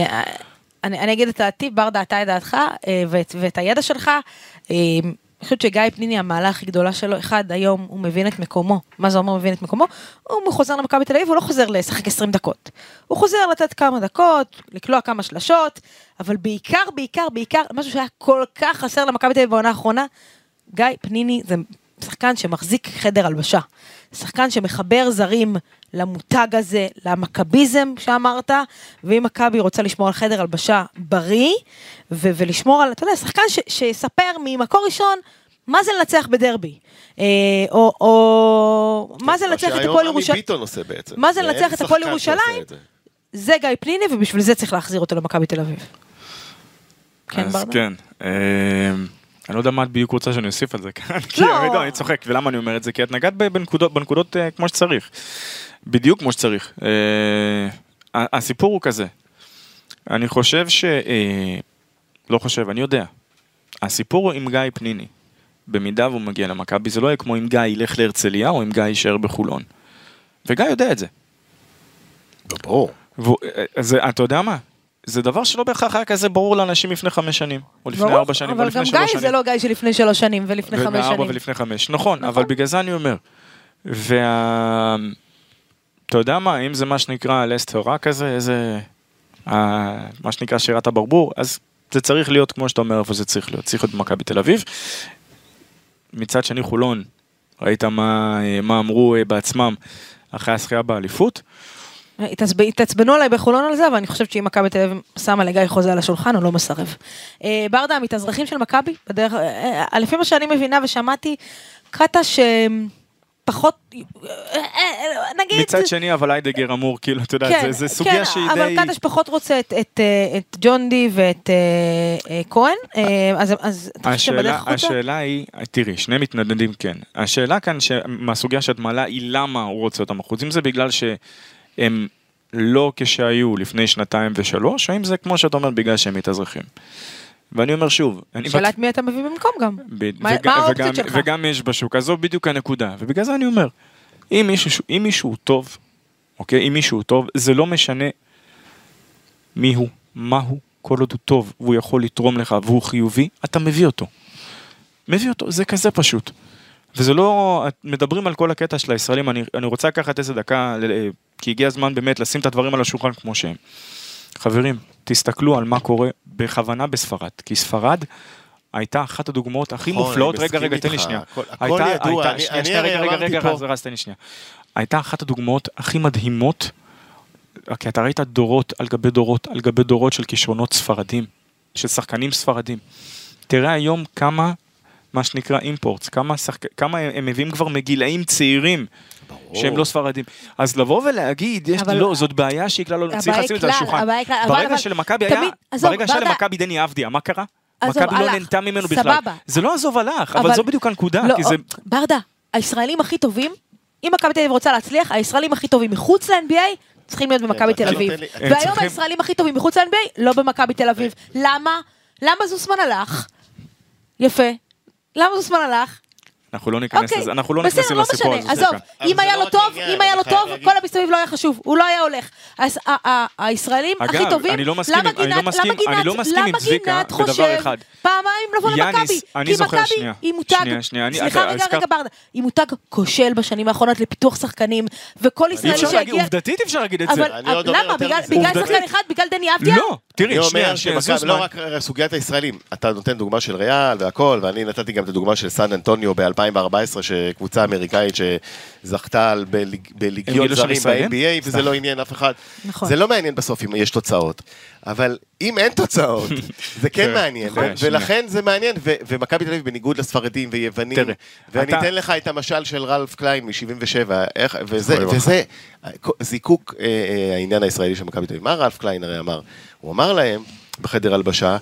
אני אגיד את דעתי, ברדה, אתה את דעתך, ואת הידע שלך, אני חושבת שגיא פניני, המעלה הכי גדולה שלו, אחד, היום הוא מבין את מקומו. מה זה אומר מבין את מקומו? הוא חוזר למכבי תל אביב, הוא לא חוזר לשחק עשרים דקות. הוא חוזר לתת כמה דקות, לקלוע כמה שלשות, אבל בעיקר, בעיקר, בעיקר, משהו שהיה כל כך חסר למכבי תל אביב בעונה האחרונה, גיא פניני זה שחקן שמחזיק חדר הלבשה. שחקן שמחבר זרים למותג הזה, למכביזם שאמרת, ואם מכבי רוצה לשמור על חדר הלבשה בריא, ו- ולשמור על, אתה יודע, שחקן ש- שיספר ממקור ראשון, מה זה לנצח בדרבי, אה, או, או מה זה לנצח את הפועל ירושלים, מה זה לנצח את הפועל ירושלים, זה גיא פניני, ובשביל זה צריך להחזיר אותו למכבי תל אביב. כן, ברדה? כן, אני לא יודע מה את בדיוק רוצה שאני אוסיף על זה כאן, כי אני צוחק, ולמה אני אומר את זה? כי את נגעת בנקודות כמו שצריך, בדיוק כמו שצריך. הסיפור הוא כזה, אני חושב ש... לא חושב, אני יודע. הסיפור עם גיא פניני, במידה והוא מגיע למכבי, זה לא יהיה כמו אם גיא ילך להרצליה, או אם גיא יישאר בחולון. וגיא יודע את זה. ברור. אז אתה יודע מה? זה דבר שלא בהכרח היה כזה ברור לאנשים לפני חמש שנים, או לפני ארבע שנים, או לפני שלוש שנים. אבל גם גיא זה לא גיא שלפני שלוש שנים, ולפני חמש שנים. ומארבע ולפני חמש, נכון, אבל בגלל זה אני אומר. וה... אתה יודע מה, אם זה מה שנקרא לסטורה כזה, איזה... מה שנקרא שירת הברבור, אז זה צריך להיות כמו שאתה אומר, איפה זה צריך להיות, צריך להיות במכבי תל אביב. מצד שני חולון, ראית מה, מה אמרו בעצמם אחרי הזכייה באליפות? התעצבנו עליי בחולון על זה, אבל אני חושבת שאם מכבי תל אביב שמה לגיא חוזה על השולחן, הוא לא מסרב. ברדה, המתאזרחים של מכבי, בדרך, לפי מה שאני מבינה ושמעתי, קטע ש... פחות, נגיד... מצד שני, אבל איידגר אמור, כאילו, אתה יודע, זה סוגיה שהיא די... אבל קטש פחות רוצה את ג'ון די ואת כהן, אז אתה חושב בדרך חוצה? השאלה היא, תראי, שני מתנדנדים כן. השאלה כאן, מהסוגיה שאת מעלה, היא למה הוא רוצה אותם החוץ. אם זה בגלל שהם לא כשהיו לפני שנתיים ושלוש, האם זה כמו שאת אומרת, בגלל שהם מתאזרחים. ואני אומר שוב, שאלת מי אתה מביא במקום גם, מה האופציות שלך? וגם יש בשוק, אז זו בדיוק הנקודה, ובגלל זה אני אומר, אם מישהו, אם מישהו טוב, אוקיי, אם מישהו טוב, זה לא משנה מי הוא, מה הוא, כל עוד הוא טוב, והוא יכול לתרום לך, והוא חיובי, אתה מביא אותו. מביא אותו, זה כזה פשוט. וזה לא, מדברים על כל הקטע של הישראלים, אני, אני רוצה לקחת איזה דקה, כי הגיע הזמן באמת לשים את הדברים על השולחן כמו שהם. חברים, תסתכלו על מה קורה בכוונה בספרד, כי ספרד הייתה אחת הדוגמאות הכי מופלאות, רגע, רגע, תן לי שנייה. הכל ידוע, שנייה, רגע, רגע, רגע, רז, תן לי שנייה. הייתה אחת הדוגמאות הכי מדהימות, כי אתה ראית דורות על גבי דורות, על גבי דורות של כישרונות ספרדים, של שחקנים ספרדים. תראה היום כמה, מה שנקרא אימפורטס, כמה, שחק... כמה הם מביאים כבר מגילאים צעירים, שהם לא ספרדים. אז לבוא ולהגיד, יש, אבל... לא, זאת בעיה שהיא כלל לא צריך לשים את זה על השולחן. ברגע שלמכבי היה, ברגע שלמכבי דני אבדיה, מה קרה? מכבי לא נהנתה ממנו בכלל. זה לא עזוב הלך, אבל זו בדיוק הנקודה. ברדה, הישראלים הכי טובים, אם מכבי תל אביב רוצה להצליח, הישראלים הכי טובים מחוץ ל-אן בי איי, צריכים להיות במכבי תל אביב. והיום הישראלים הכי טובים מחוץ ל-אן בי איי, לא במכבי תל אביב. למה? למה זוסמן הלך? יפה. למה זוסמן הלך? אנחנו לא ניכנס לזה, אנחנו לא נכנסים לסיפור הזה. עזוב, אם היה לו טוב, אם היה לו טוב, כל המסביב לא היה חשוב, הוא לא היה הולך. אז הישראלים הכי טובים, למה גינת חושב פעמיים לבוא למכבי? כי מכבי היא מותג, סליחה רגע רגע ברדה, היא מותג כושל בשנים האחרונות לפיתוח שחקנים, וכל ישראלי שהגיע... עובדתית אפשר להגיד את זה. למה? בגלל שחקן אחד? בגלל דני אבדיה? לא, תראי, שנייה, לא רק סוגיית הישראלים, אתה נותן דוגמה של ריאל והכל, ואני נתתי גם את הדוגמה של סן אנטוניו ב-אלפיים וארבע עשרה, שקבוצה אמריקאית שזכתה בליגיון זרים ב-אן בי איי, וזה לא עניין אף אחד. זה לא מעניין בסוף אם יש תוצאות, אבל אם אין תוצאות, זה כן מעניין, ולכן זה מעניין, ומכבי תל אביב בניגוד לספרדים ויוונים, ואני אתן לך את המשל של רלף קליין מ-שבעים ושבע, וזה זיקוק העניין הישראלי של מכבי תל אביב. מה רלף קליין הרי אמר? הוא אמר להם בחדר הלבשה,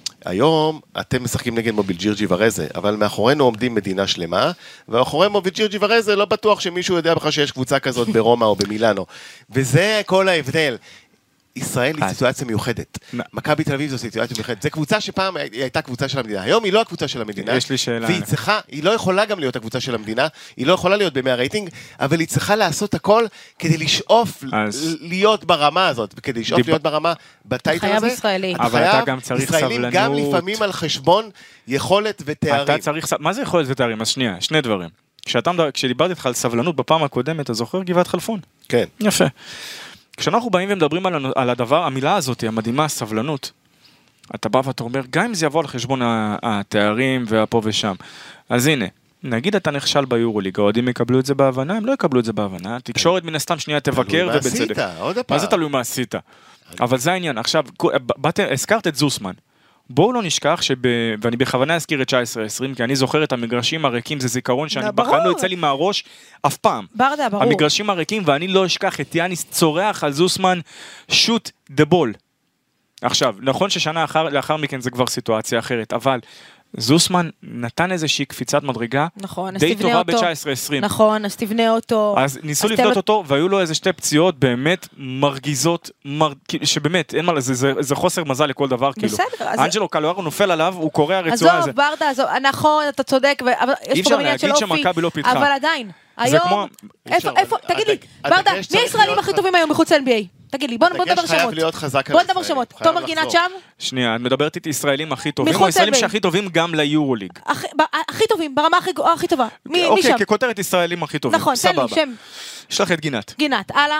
היום אתם משחקים נגד מוביל ג'ירג'י ורזה, אבל מאחורינו עומדים מדינה שלמה, ואחורי מוביל ג'ירג'י ורזה לא בטוח שמישהו יודע בכלל שיש קבוצה כזאת ברומא או במילאנו. וזה כל ההבדל. ישראל היא סיטואציה מיוחדת. מכבי תל אביב זו סיטואציה מיוחדת. זו קבוצה שפעם היא הייתה קבוצה של המדינה. היום היא לא הקבוצה של המדינה. יש לי שאלה. והיא צריכה, היא לא יכולה גם להיות הקבוצה של המדינה, היא לא יכולה להיות במאה הרייטינג, אבל היא צריכה לעשות הכל כדי לשאוף להיות ברמה הזאת, וכדי לשאוף להיות ברמה בטייטל הזה. חייב ישראלי. אבל אתה גם צריך סבלנות. גם לפעמים על חשבון יכולת ותארים. אתה צריך, מה זה יכולת ותארים? אז שנייה, שני דברים. כשדיברתי איתך על סבלנות בפעם הקודמת, אתה זוכר גבעת חלפון? כן. יפה. כשאנחנו באים ומדברים על, על הדבר, המילה הזאת, המדהימה, הסבלנות, אתה בא ואתה אומר, גם אם זה יבוא על חשבון התארים והפה ושם. אז הנה, נגיד אתה נכשל ביורוליג, האוהדים יקבלו את זה בהבנה, הם לא יקבלו את זה בהבנה, תקשורת מן הסתם שנייה תבקר ובצדק. מה זה תלוי מה עשית? אבל זה העניין. עכשיו, הזכרת את זוסמן. בואו לא נשכח, שב... ואני בכוונה אזכיר את תשע עשרה עשרים, כי אני זוכר את המגרשים הריקים, זה זיכרון שאני בכלל לא יצא לי מהראש אף פעם. ברדה, ברור. המגרשים הריקים, ואני לא אשכח את יאניס צורח על זוסמן, שוט דה בול. עכשיו, נכון ששנה אחר, לאחר מכן זה כבר סיטואציה אחרת, אבל זוסמן נתן איזושהי קפיצת מדרגה, נכון, די טובה ב-תשע עשרה עשרים. נכון, אז תבנה אותו. אז ניסו לבדות תב... אותו, והיו לו איזה שתי פציעות באמת מרגיזות, מר... שבאמת, אין מה לזה, זה, זה חוסר מזל לכל דבר, בסדר, כאילו. אז... אנג'לו קלוארו נופל עליו, הוא קורא הרצועה הזה. עזוב, ברדה, עזוב, נכון, אתה צודק, ו... אי אפשר להגיד שמכבי לא פיתחה. אבל עדיין, היום, כמו... איפה, איפה, תגיד לי, ברדה, מי הישראלים הכי טובים היום מחוץ ל-אן בי איי? תגיד לי, בוא נדבר שמות. בוא נדבר שמות. תומר גינת שם? שנייה, את מדברת איתי ישראלים הכי טובים, או ישראלים שהכי טובים גם ליורוליג? הכי טובים, ברמה הכי טובה. מי שם? אוקיי, ככותרת ישראלים הכי טובים. נכון, תן לי שם. יש לך את גינת. גינת, הלאה.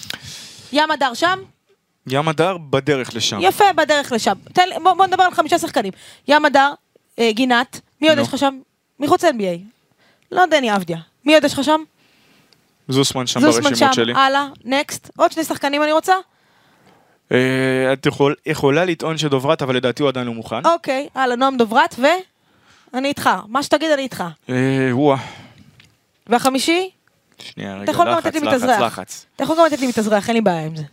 ים הדר שם? ים הדר בדרך לשם. יפה, בדרך לשם. בוא נדבר על חמישה שחקנים. ים הדר, גינת, מי עוד יש לך שם? מחוץ ל-אן בי איי. לא דני אבדיה. מי עוד יש לך שם? זוסמן שם ברשימות שלי. הלאה, נקסט. עוד שני שחקנים אני רוצה? את יכולה לטעון שדוברת, אבל לדעתי הוא עדיין לא מוכן. אוקיי, הלאה, נועם דוברת, ואני איתך. מה שתגיד, אני איתך. וואה. והחמישי? שנייה, רגע, לחץ, לחץ, לחץ. אתה יכול גם לתת לי מתאזרח, אין לי בעיה עם זה.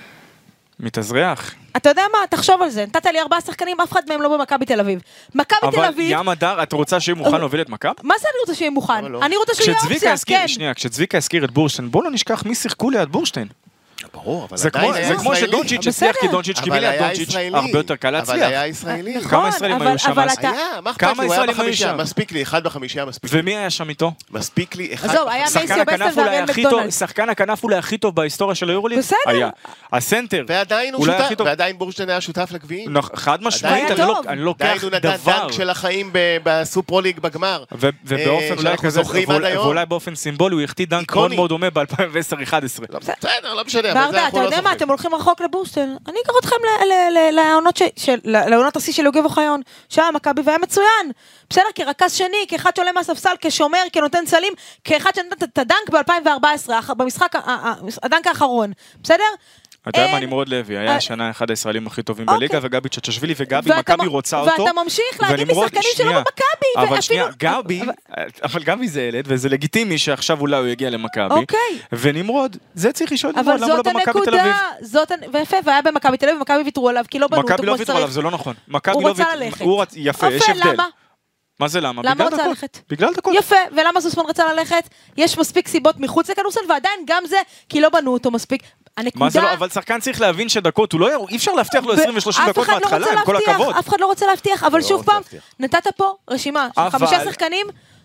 מתאזרח? אתה יודע מה? תחשוב על זה. נתת לי ארבעה שחקנים, אף אחד מהם לא במכבי תל אביב. מכבי תל אביב... אבל ים הדר, את רוצה שיהיה מוכן להוביל את מכבי? מה זה אני רוצה שיהיה מוכן? אני רוצה שיהיה אופציה, כן. שנייה, כשצביקה הזכיר את בורשטיין, בוא לא נשכח מי שיחקו ליד בורשטיין. ברור, אבל עדיין היה ישראלי. זה כמו שדונצ'יץ' הצליח, כי דונצ'יץ' קיבל ליד דונצ'יץ' הרבה יותר קל להצליח. אבל היה ישראלי. כמה ישראלים היו שם? כמה ישראלים היו שם? מספיק לי, אחד בחמישייה מספיק לי. ומי היה שם איתו? מספיק לי, אחד. עזוב, היה מייסיו בסטר ואריאל מקדונלד. שחקן הכנף אולי הכי טוב בהיסטוריה של היורוליג? בסדר. הסנטר. ועדיין בורשטיין היה שותף לגביעים. חד משמעית, אני לוקח דבר. של החיים בסופרוליג בגמר. ובאופן אולי כזה, ואולי באופן סימבולי, הוא יחטיא דנק מאוד מאוד דומה ב-אלפיים ועשר אחת עשרה. בסדר, לא משנה. ברדה, אתה יודע מה, אתם הולכים רחוק לבורשטיין. אני אקח אתכם לעונות השיא של יוגב אוחיון, שהיה מכבי והיה מצוין. בסדר, כרכז שני, כאחד שעולה מהספסל, כשומר, כנותן סלים, כאחד שנתן את הדנק ב-אלפיים וארבע עשרה, במשחק, הדנק האחרון. בסדר? אתה יודע מה, נמרוד לוי, היה השנה אחד הישראלים הכי טובים בליגה, וגבי צ'צ'שווילי, וגבי, מכבי רוצה אותו. ואתה ממשיך להגיד לי שחקנים שלא במכבי. אבל שנייה, גבי, אבל גבי זה ילד, וזה לגיטימי שעכשיו אולי הוא יגיע למכבי. ונמרוד, זה צריך לשאול את נמרוד, למה לא במכבי תל אביב? ויפה, והיה במכבי תל אביב, ומכבי ויתרו עליו, כי לא בנו אותו כמו שצריך. מכבי לא ויתרו עליו, זה לא נכון. הוא רצה ללכת. יפה, יש הבדל. מה זה למה? למה רוצה ללכת? בגלל דקות. יפה, ולמה זוסמן רצה ללכת? יש מספיק סיבות מחוץ לכדורסל, ועדיין גם זה, כי לא בנו אותו מספיק. מה זה לא? אבל שחקן צריך להבין שדקות, הוא לא, אי אפשר להבטיח לו עשרים ושלושים דקות מההתחלה, עם כל הכבוד. אף אחד לא רוצה להבטיח, אבל שוב פעם, נתת פה רשימה של חמישה שחקנים,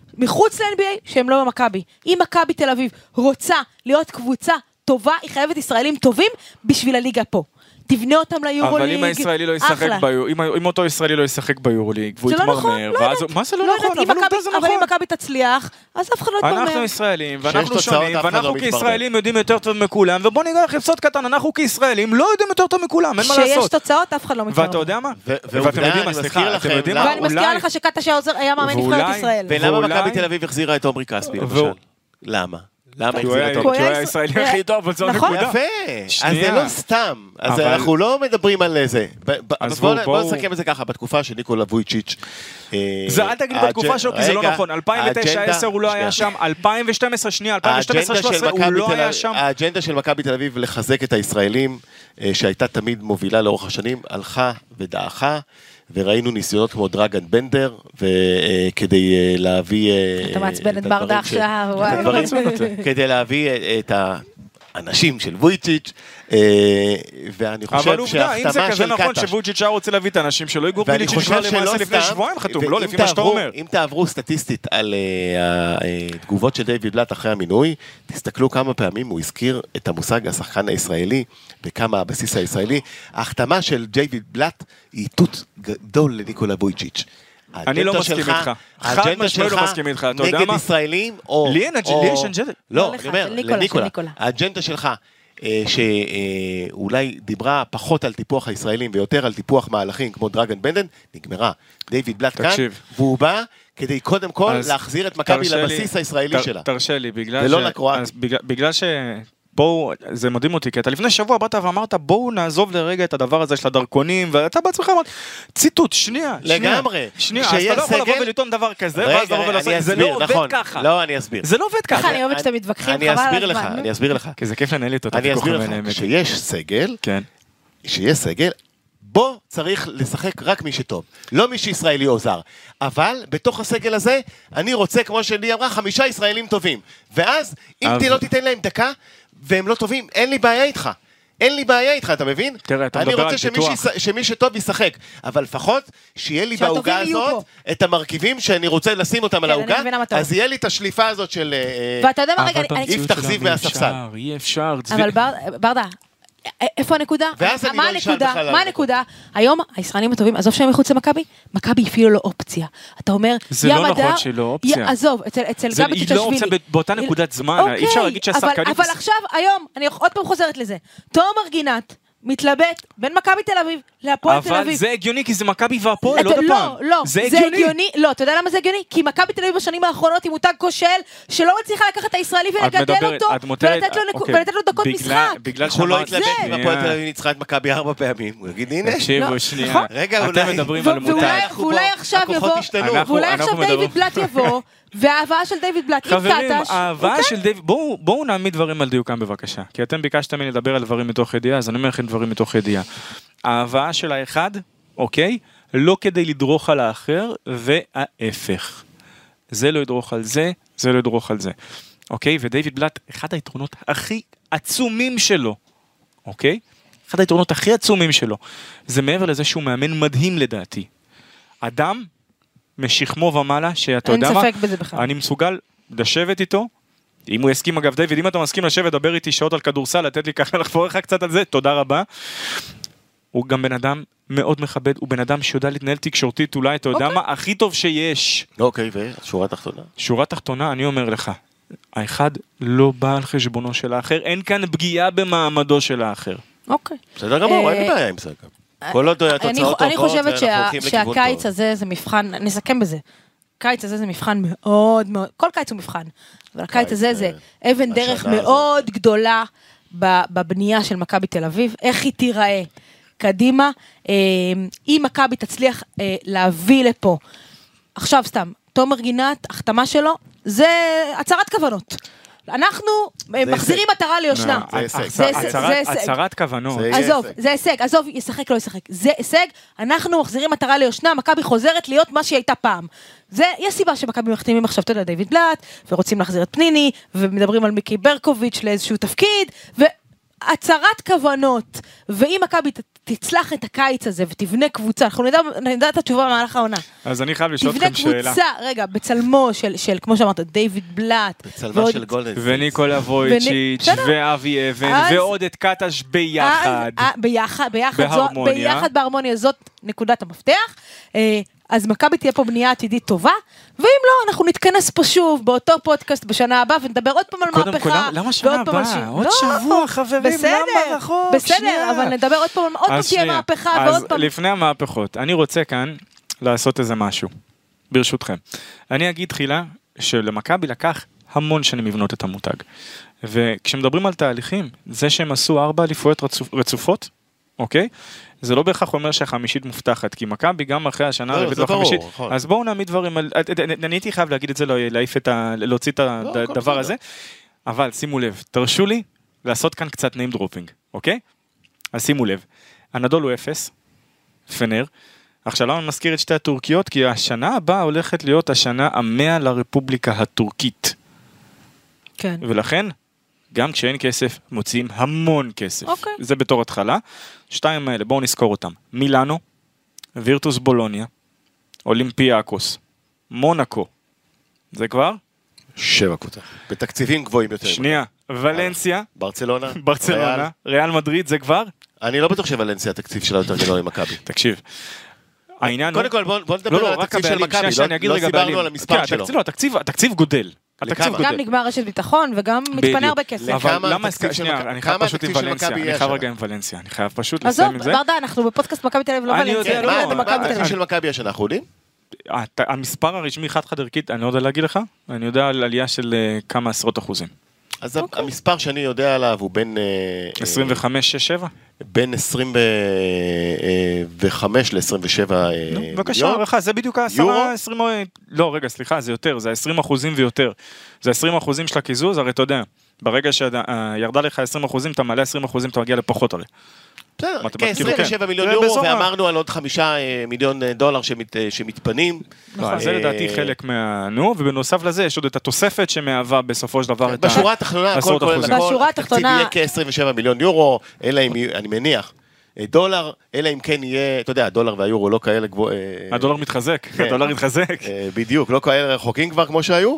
מחוץ ל-אן בי איי שהם לא במכבי. אם מכבי תל אביב רוצה להיות קבוצה טובה, היא חייבת ישראלים טובים בשביל הליגה פה. תבנה אותם ליורוליג. אבל אם הישראלי לא ישחק ביורוליג, אם אותו ישראלי לא ישחק ביורוליג, והוא יתמרמר, מה זה לא נכון? אבל זה נכון. אבל אם מכבי תצליח, אז אף אחד לא יתמרמר. אנחנו ישראלים, ואנחנו שונים, ואנחנו כישראלים יודעים יותר טוב מכולם, ובוא ניגע לכם סוד קטן, אנחנו כישראלים לא יודעים יותר טוב מכולם, אין מה לעשות. כשיש תוצאות, אף אחד לא מתמרמר. ואתה יודע מה? ועובדה, אני מזכיר לכם, ואני מזכירה לך שקטשה היה מאמן נבחרת ישראל. ולמה מכבי תל אביב החזירה את עומרי כספי, למשל? למה? למה? כי הוא היה הישראלי הכי טוב, אבל זו נקודה. יפה, אז זה לא סתם, אז אנחנו לא מדברים על זה. בואו נסכם את זה ככה, בתקופה של ניקולה וויצ'יץ'. זה אל תגיד בתקופה שלו, כי זה לא נכון, אלפיים ותשע עשר הוא לא היה שם, אלפיים ושתים עשרה שנייה, אלפיים ושתים עשרה שלוש עשרה הוא לא היה שם. האג'נדה של מכבי תל אביב לחזק את הישראלים, שהייתה תמיד מובילה לאורך השנים, הלכה ודעכה. וראינו ניסיונות כמו דרגן בנדר, וכדי להביא... אתה מעצבן את ברדה עכשיו, כדי להביא את האנשים של וויצ'יץ', ואני חושב שההחתמה של קטש... אם זה כזה נכון שוויצ'יץ' היה רוצה להביא את האנשים שלא יגור וויצ'יץ' כבר למעשה לפני שבועיים חתום, לא לפי מה שאתה אומר. אם תעברו סטטיסטית על התגובות של דיוויד בלאט אחרי המינוי, תסתכלו כמה פעמים הוא הזכיר את המושג השחקן הישראלי, וכמה הבסיס הישראלי. ההחתמה של דיוויד בלאט היא איתות גדול לניקולה וויצ'יץ'. אני לא מסכים איתך. חד משמעית לא מסכים איתך, אתה יודע מה? נגד ישראלים או... לי אין אג'נדה. לא, אני אומר, לניקולה. האג'נדה שלך, שאולי דיברה פחות על טיפוח הישראלים ויותר על טיפוח מהלכים כמו דרגן בנדן, נגמרה. דיוויד בלאט כאן, והוא בא כדי קודם כל להחזיר את מכבי לבסיס הישראלי שלה. תרשה לי, בגלל ש... בואו, זה מדהים אותי, כי אתה לפני שבוע באת ואמרת, בואו נעזוב לרגע את הדבר הזה של הדרכונים, ואתה בעצמך אמרת, ציטוט, שנייה, לגמרי, שנייה, אז אתה לא יכול לבוא ולטעון דבר כזה, ואז לבוא ולעשות, זה לא עובד ככה. לא, אני אסביר. זה לא עובד ככה. אני אוהבת שאתם מתווכחים, חבל על הזמן. אני אסביר לך, כי זה כיף לנהל איתו. אני אסביר לך, שיש סגל, שיש סגל, בוא צריך לשחק רק מי שטוב, לא מי שישראלי או זר, אבל בתוך הסגל הזה, אני רוצה, כמו שלי אמרה, חמישה ישראלים טובים, ואז, אם לא תיתן להם דקה, והם לא טובים, אין לי בעיה איתך. אין לי בעיה איתך, אתה מבין? תראה, אתה מדבר על פיתוח. אני רוצה שמי שטוב ישחק, אבל לפחות שיהיה לי בהוגה הזאת את המרכיבים שאני רוצה לשים אותם על ההוגה, אז יהיה לי את השליפה הזאת של... ואתה יודע מה רגע... איף תחזיב מהספסל. אי אפשר. אבל ברדה... איפה הנקודה? מה הנקודה? מה הנקודה? היום הישראלים הטובים, עזוב שהם מחוץ למכבי, מכבי אפילו לא אופציה. אתה אומר, זה לא נכון שלא אופציה. עזוב, אצל גבי היא לא אופציה באותה נקודת זמן, אי אפשר להגיד שהשחקנים... אבל עכשיו, היום, אני עוד פעם חוזרת לזה, תומר גינת, מתלבט בין מכבי תל אביב להפועל תל אביב. אבל זה הגיוני, כי זה מכבי והפועל, לא פעם. לא, לא, זה הגיוני. לא, אתה יודע למה זה הגיוני? כי מכבי תל אביב בשנים האחרונות היא מותג כושל, שלא מצליחה לקחת את הישראלי ולגדל אותו, ולתת לו דקות משחק. הוא לא יתלבט אם הפועל תל אביב ניצחה את מכבי ארבע פעמים. הוא יגיד, הנה. תקשיבו, שנייה. רגע, אתם מדברים על מותג. ואולי עכשיו יבוא, ואולי עכשיו דיוויד בלאט יבוא, וההבאה של דיוויד בלאט עם קטש. חברים, ההבאה של דיוויד, בואו נעמיד דברים על דיוקם בבקשה, כי אתם ביקשתם ממני לדבר על דברים מתוך ידיעה, אז אני אומר לכם דברים מתוך ידיעה. ההבאה של האחד, אוקיי, לא כדי לדרוך על האחר, וההפך. זה לא ידרוך על זה, זה לא ידרוך על זה. אוקיי, ודיוויד בלאט, אחד היתרונות הכי עצומים שלו, אוקיי? אחד היתרונות הכי עצומים שלו, זה מעבר לזה שהוא מאמן מדהים לדעתי. אדם, משכמו ומעלה, שאתה יודע מה, אני מסוגל לשבת איתו, אם הוא יסכים אגב דיוויד, אם אתה מסכים לשבת, דבר איתי שעות על כדורסל, לתת לי ככה לחפור לך קצת על זה, תודה רבה. הוא גם בן אדם מאוד מכבד, הוא בן אדם שיודע להתנהל תקשורתית, אולי אתה יודע מה, הכי טוב שיש. אוקיי, ושורה תחתונה? שורה תחתונה, אני אומר לך, האחד לא בא על חשבונו של האחר, אין כאן פגיעה במעמדו של האחר. אוקיי. בסדר גמור, אין בעיה עם זה גם. כל עוד התוצאות טובות, אני חושבת שהקיץ הזה זה מבחן, נסכם בזה, הקיץ הזה זה מבחן מאוד מאוד, כל קיץ הוא מבחן, אבל הקיץ הזה זה אבן דרך מאוד גדולה בבנייה של מכבי תל אביב, איך היא תיראה קדימה, אם מכבי תצליח להביא לפה, עכשיו סתם, תומר גינת, החתמה שלו, זה הצהרת כוונות. אנחנו מחזירים מטרה ליושנה. זה הישג. הצהרת כוונות. עזוב, זה הישג, עזוב, ישחק לא ישחק. זה הישג, אנחנו מחזירים מטרה ליושנה, מכבי חוזרת להיות מה שהיא הייתה פעם. זה, יש סיבה שמכבי מחתימים עכשיו, אתה יודע, דיוויד בלאט, ורוצים להחזיר את פניני, ומדברים על מיקי ברקוביץ' לאיזשהו תפקיד, הצהרת כוונות, ואם מכבי תצלח את הקיץ הזה ותבנה קבוצה, אנחנו נדע, נדע את התשובה במהלך העונה. אז אני חייב לשאול אתכם שאלה. תבנה קבוצה, רגע, בצלמו של, של כמו שאמרת, דיוויד בלאט. בצלמה של גולדן. וניקולה וויצ'יץ', ואבי אבן, ועוד את קטש ביחד. ביחד, ביחד, בהרמוניה. ביחד בהרמוניה, זאת נקודת המפתח. אז מכבי תהיה פה בנייה עתידית טובה, ואם לא, אנחנו נתכנס פה שוב באותו פודקאסט בשנה הבאה, ונדבר עוד פעם על מהפכה. קודם כל, למה שנה הבאה? עוד שבוע, חברים, למה רחוק? בסדר, אבל נדבר עוד פעם, עוד פעם תהיה מהפכה, ועוד פעם... אז לפני המהפכות, אני רוצה כאן לעשות איזה משהו, ברשותכם. אני אגיד תחילה, שלמכבי לקח המון שנים לבנות את המותג. וכשמדברים על תהליכים, זה שהם עשו ארבע אליפויות רצופות, אוקיי? זה לא בהכרח אומר שהחמישית מובטחת, כי מכבי גם אחרי השנה הרביעית והחמישית, אז בואו נעמיד דברים, אני הייתי חייב להגיד את זה, להוציא את הדבר הזה, אבל שימו לב, תרשו לי לעשות כאן קצת name dropping, אוקיי? אז שימו לב, הנדול הוא אפס, פנר, עכשיו למה אני מזכיר את שתי הטורקיות, כי השנה הבאה הולכת להיות השנה המאה לרפובליקה הטורקית. כן. ולכן, גם כשאין כסף, מוציאים המון כסף. אוקיי. זה בתור התחלה. שתיים האלה, בואו נזכור אותם. מילאנו, וירטוס בולוניה, אולימפיאקוס, מונקו. זה כבר? שבע קבוצות. בתקציבים גבוהים יותר. שנייה, ולנסיה. ברצלונה. ברצלונה. ריאל מדריד, זה כבר? אני לא בטוח שוולנסיה התקציב שלה יותר גדול ממכבי. תקשיב. קודם כל בוא נדבר על התקציב של מכבי, לא סיברנו על המספר שלו. התקציב גודל. גם נגמר רשת ביטחון וגם מתפנה הרבה כסף. אבל למה התקציב של מכבי? אני חייב פשוט עם ולנסיה, אני חייב רגע עם ולנסיה, אני חייב פשוט לסיים עם זה. ברדה, אנחנו בפודקאסט מכבי תל אביב, לא ולנסיה. מה התקציב של מכבי השנה, אנחנו יודעים? המספר הרשמי חד חד ערכית, אני לא יודע להגיד לך, אני יודע על עלייה של כמה עשרות אחוזים. אז המספר שאני יודע עליו הוא בין... עשרים וחמש שש שבע? בין עשרים וחמש ל-עשרים ושבע מיליון. בבקשה, הערכה, זה בדיוק העשרה, עשרים... לא, רגע, סליחה, זה יותר, זה עשרים אחוזים ויותר. זה עשרים אחוזים של הקיזוז, הרי אתה יודע, ברגע שירדה לך עשרים אחוזים, אתה מעלה עשרים אחוזים, אתה מגיע לפחות הרי. בסדר, כ-עשרים ושבע מיליון יורו, ואמרנו על עוד חמישה מיליון דולר שמתפנים. זה לדעתי חלק מהנו, ובנוסף לזה יש עוד את התוספת שמהווה בסופו של דבר את בשורה התחתונה, הכל כולל הכל, התקציב יהיה כ-עשרים ושבע מיליון יורו, אלא אם, אני מניח, דולר, אלא אם כן יהיה, אתה יודע, הדולר והיורו לא כאלה גבוה... הדולר מתחזק, הדולר מתחזק. בדיוק, לא כאלה רחוקים כבר כמו שהיו,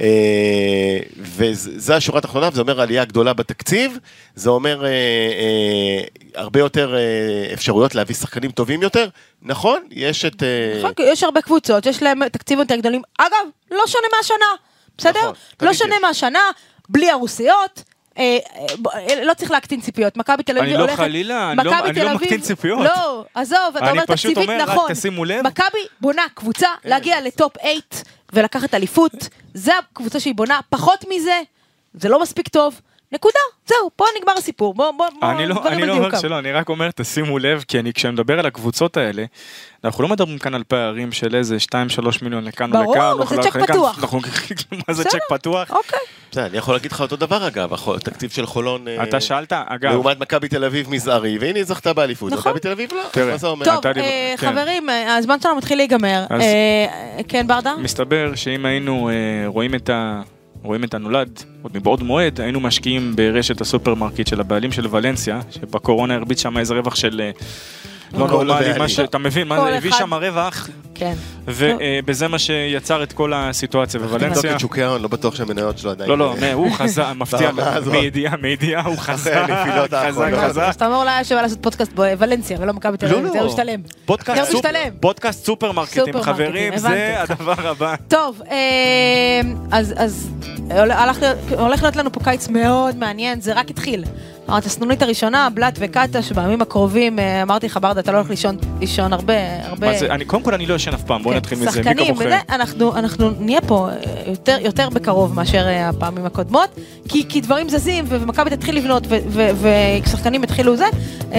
וזה השורה התחתונה, וזה אומר עלייה גדולה בתקציב, זה אומר הרבה יותר אפשרויות להביא שחקנים טובים יותר, נכון? יש את... נכון, יש הרבה קבוצות, יש להם תקציבים יותר גדולים, אגב, לא שונה מהשנה, בסדר? לא שונה מהשנה, בלי הרוסיות, לא צריך להקטין ציפיות, מכבי תל אביב הולכת... אני לא חלילה, אני לא מקטין ציפיות. לא, עזוב, אתה אומר תקציבית נכון. מכבי בונה קבוצה להגיע לטופ שמונה ולקחת אליפות, זה הקבוצה שהיא בונה, פחות מזה, זה לא מספיק טוב, נקודה, זהו, פה נגמר הסיפור, בוא, בוא, בוא, אני לא, אני לא אומר שלא, אני רק אומר, תשימו לב, כי אני, כשאני מדבר על הקבוצות האלה, אנחנו לא מדברים כאן על פערים של איזה שתיים שלוש מיליון לכאן או לכאן. ברור, זה צ'ק פתוח. מה זה צ'ק פתוח? אוקיי. בסדר, אני יכול להגיד לך אותו דבר אגב, התקציב של חולון... אתה שאלת, אגב. לעומת מכבי תל אביב מזערי, והנה היא זכתה באליפות. נכון. מכבי תל אביב לא. טוב, חברים, הזמן שלנו מתחיל להיגמר. כן, ברדה? מסתבר שאם היינו רואים את ה... רואים את הנולד, עוד מבעוד מועד, היינו משקיעים ברשת הסופרמרקט של הבעלים של ולנסיה, שבקורונה הרביץ שם איזה רווח של לא נורמלי, מה שאתה מבין, מה זה הביא שם הרווח, ובזה מה שיצר את כל הסיטואציה בוולנסיה. לא שוקי ההון, לא בטוח שהמניות שלו עדיין. לא, לא, הוא חזק, מפתיע, מידיעה, מידיעה, הוא חזק, חזק, חזק. אז אתה אומר אולי שווה לעשות פודקאסט בוולנסיה, ולא מכבי תל אביב, זה משתלם. פודקאסט סופרמרקטים, חברים, זה הדבר הבא. טוב, אז הולך להיות לנו פה קיץ מאוד מעניין, זה רק התחיל. הסנונית הראשונה, בלאט וקטה, שבימים הקרובים, אמרתי לך, ברדה, אתה לא הולך לישון הרבה, הרבה... קודם כל אני לא ישן אף פעם, בואו נתחיל מזה, מי כמוכם. אנחנו נהיה פה יותר בקרוב מאשר הפעמים הקודמות, כי דברים זזים, ומכבי תתחיל לבנות, ושחקנים התחילו זה,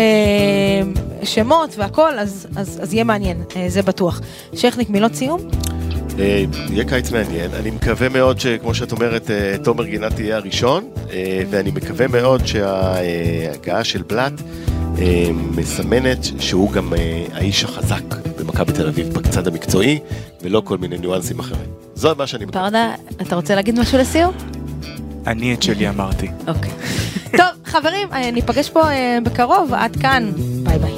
שמות והכל, אז יהיה מעניין, זה בטוח. שכניק, מילות סיום? יהיה קיץ מעניין, אני מקווה מאוד שכמו שאת אומרת תומר גינת תהיה הראשון, ואני מקווה מאוד שההגעה של בלאט מסמנת שהוא גם האיש החזק במכבי תל אביב בצד המקצועי, ולא כל מיני ניואנסים אחרים. זו מה שאני מקווה. פרדה, אתה רוצה להגיד משהו לסיום? אני את שלי אמרתי. אוקיי. טוב, חברים, ניפגש פה בקרוב, עד כאן, ביי ביי.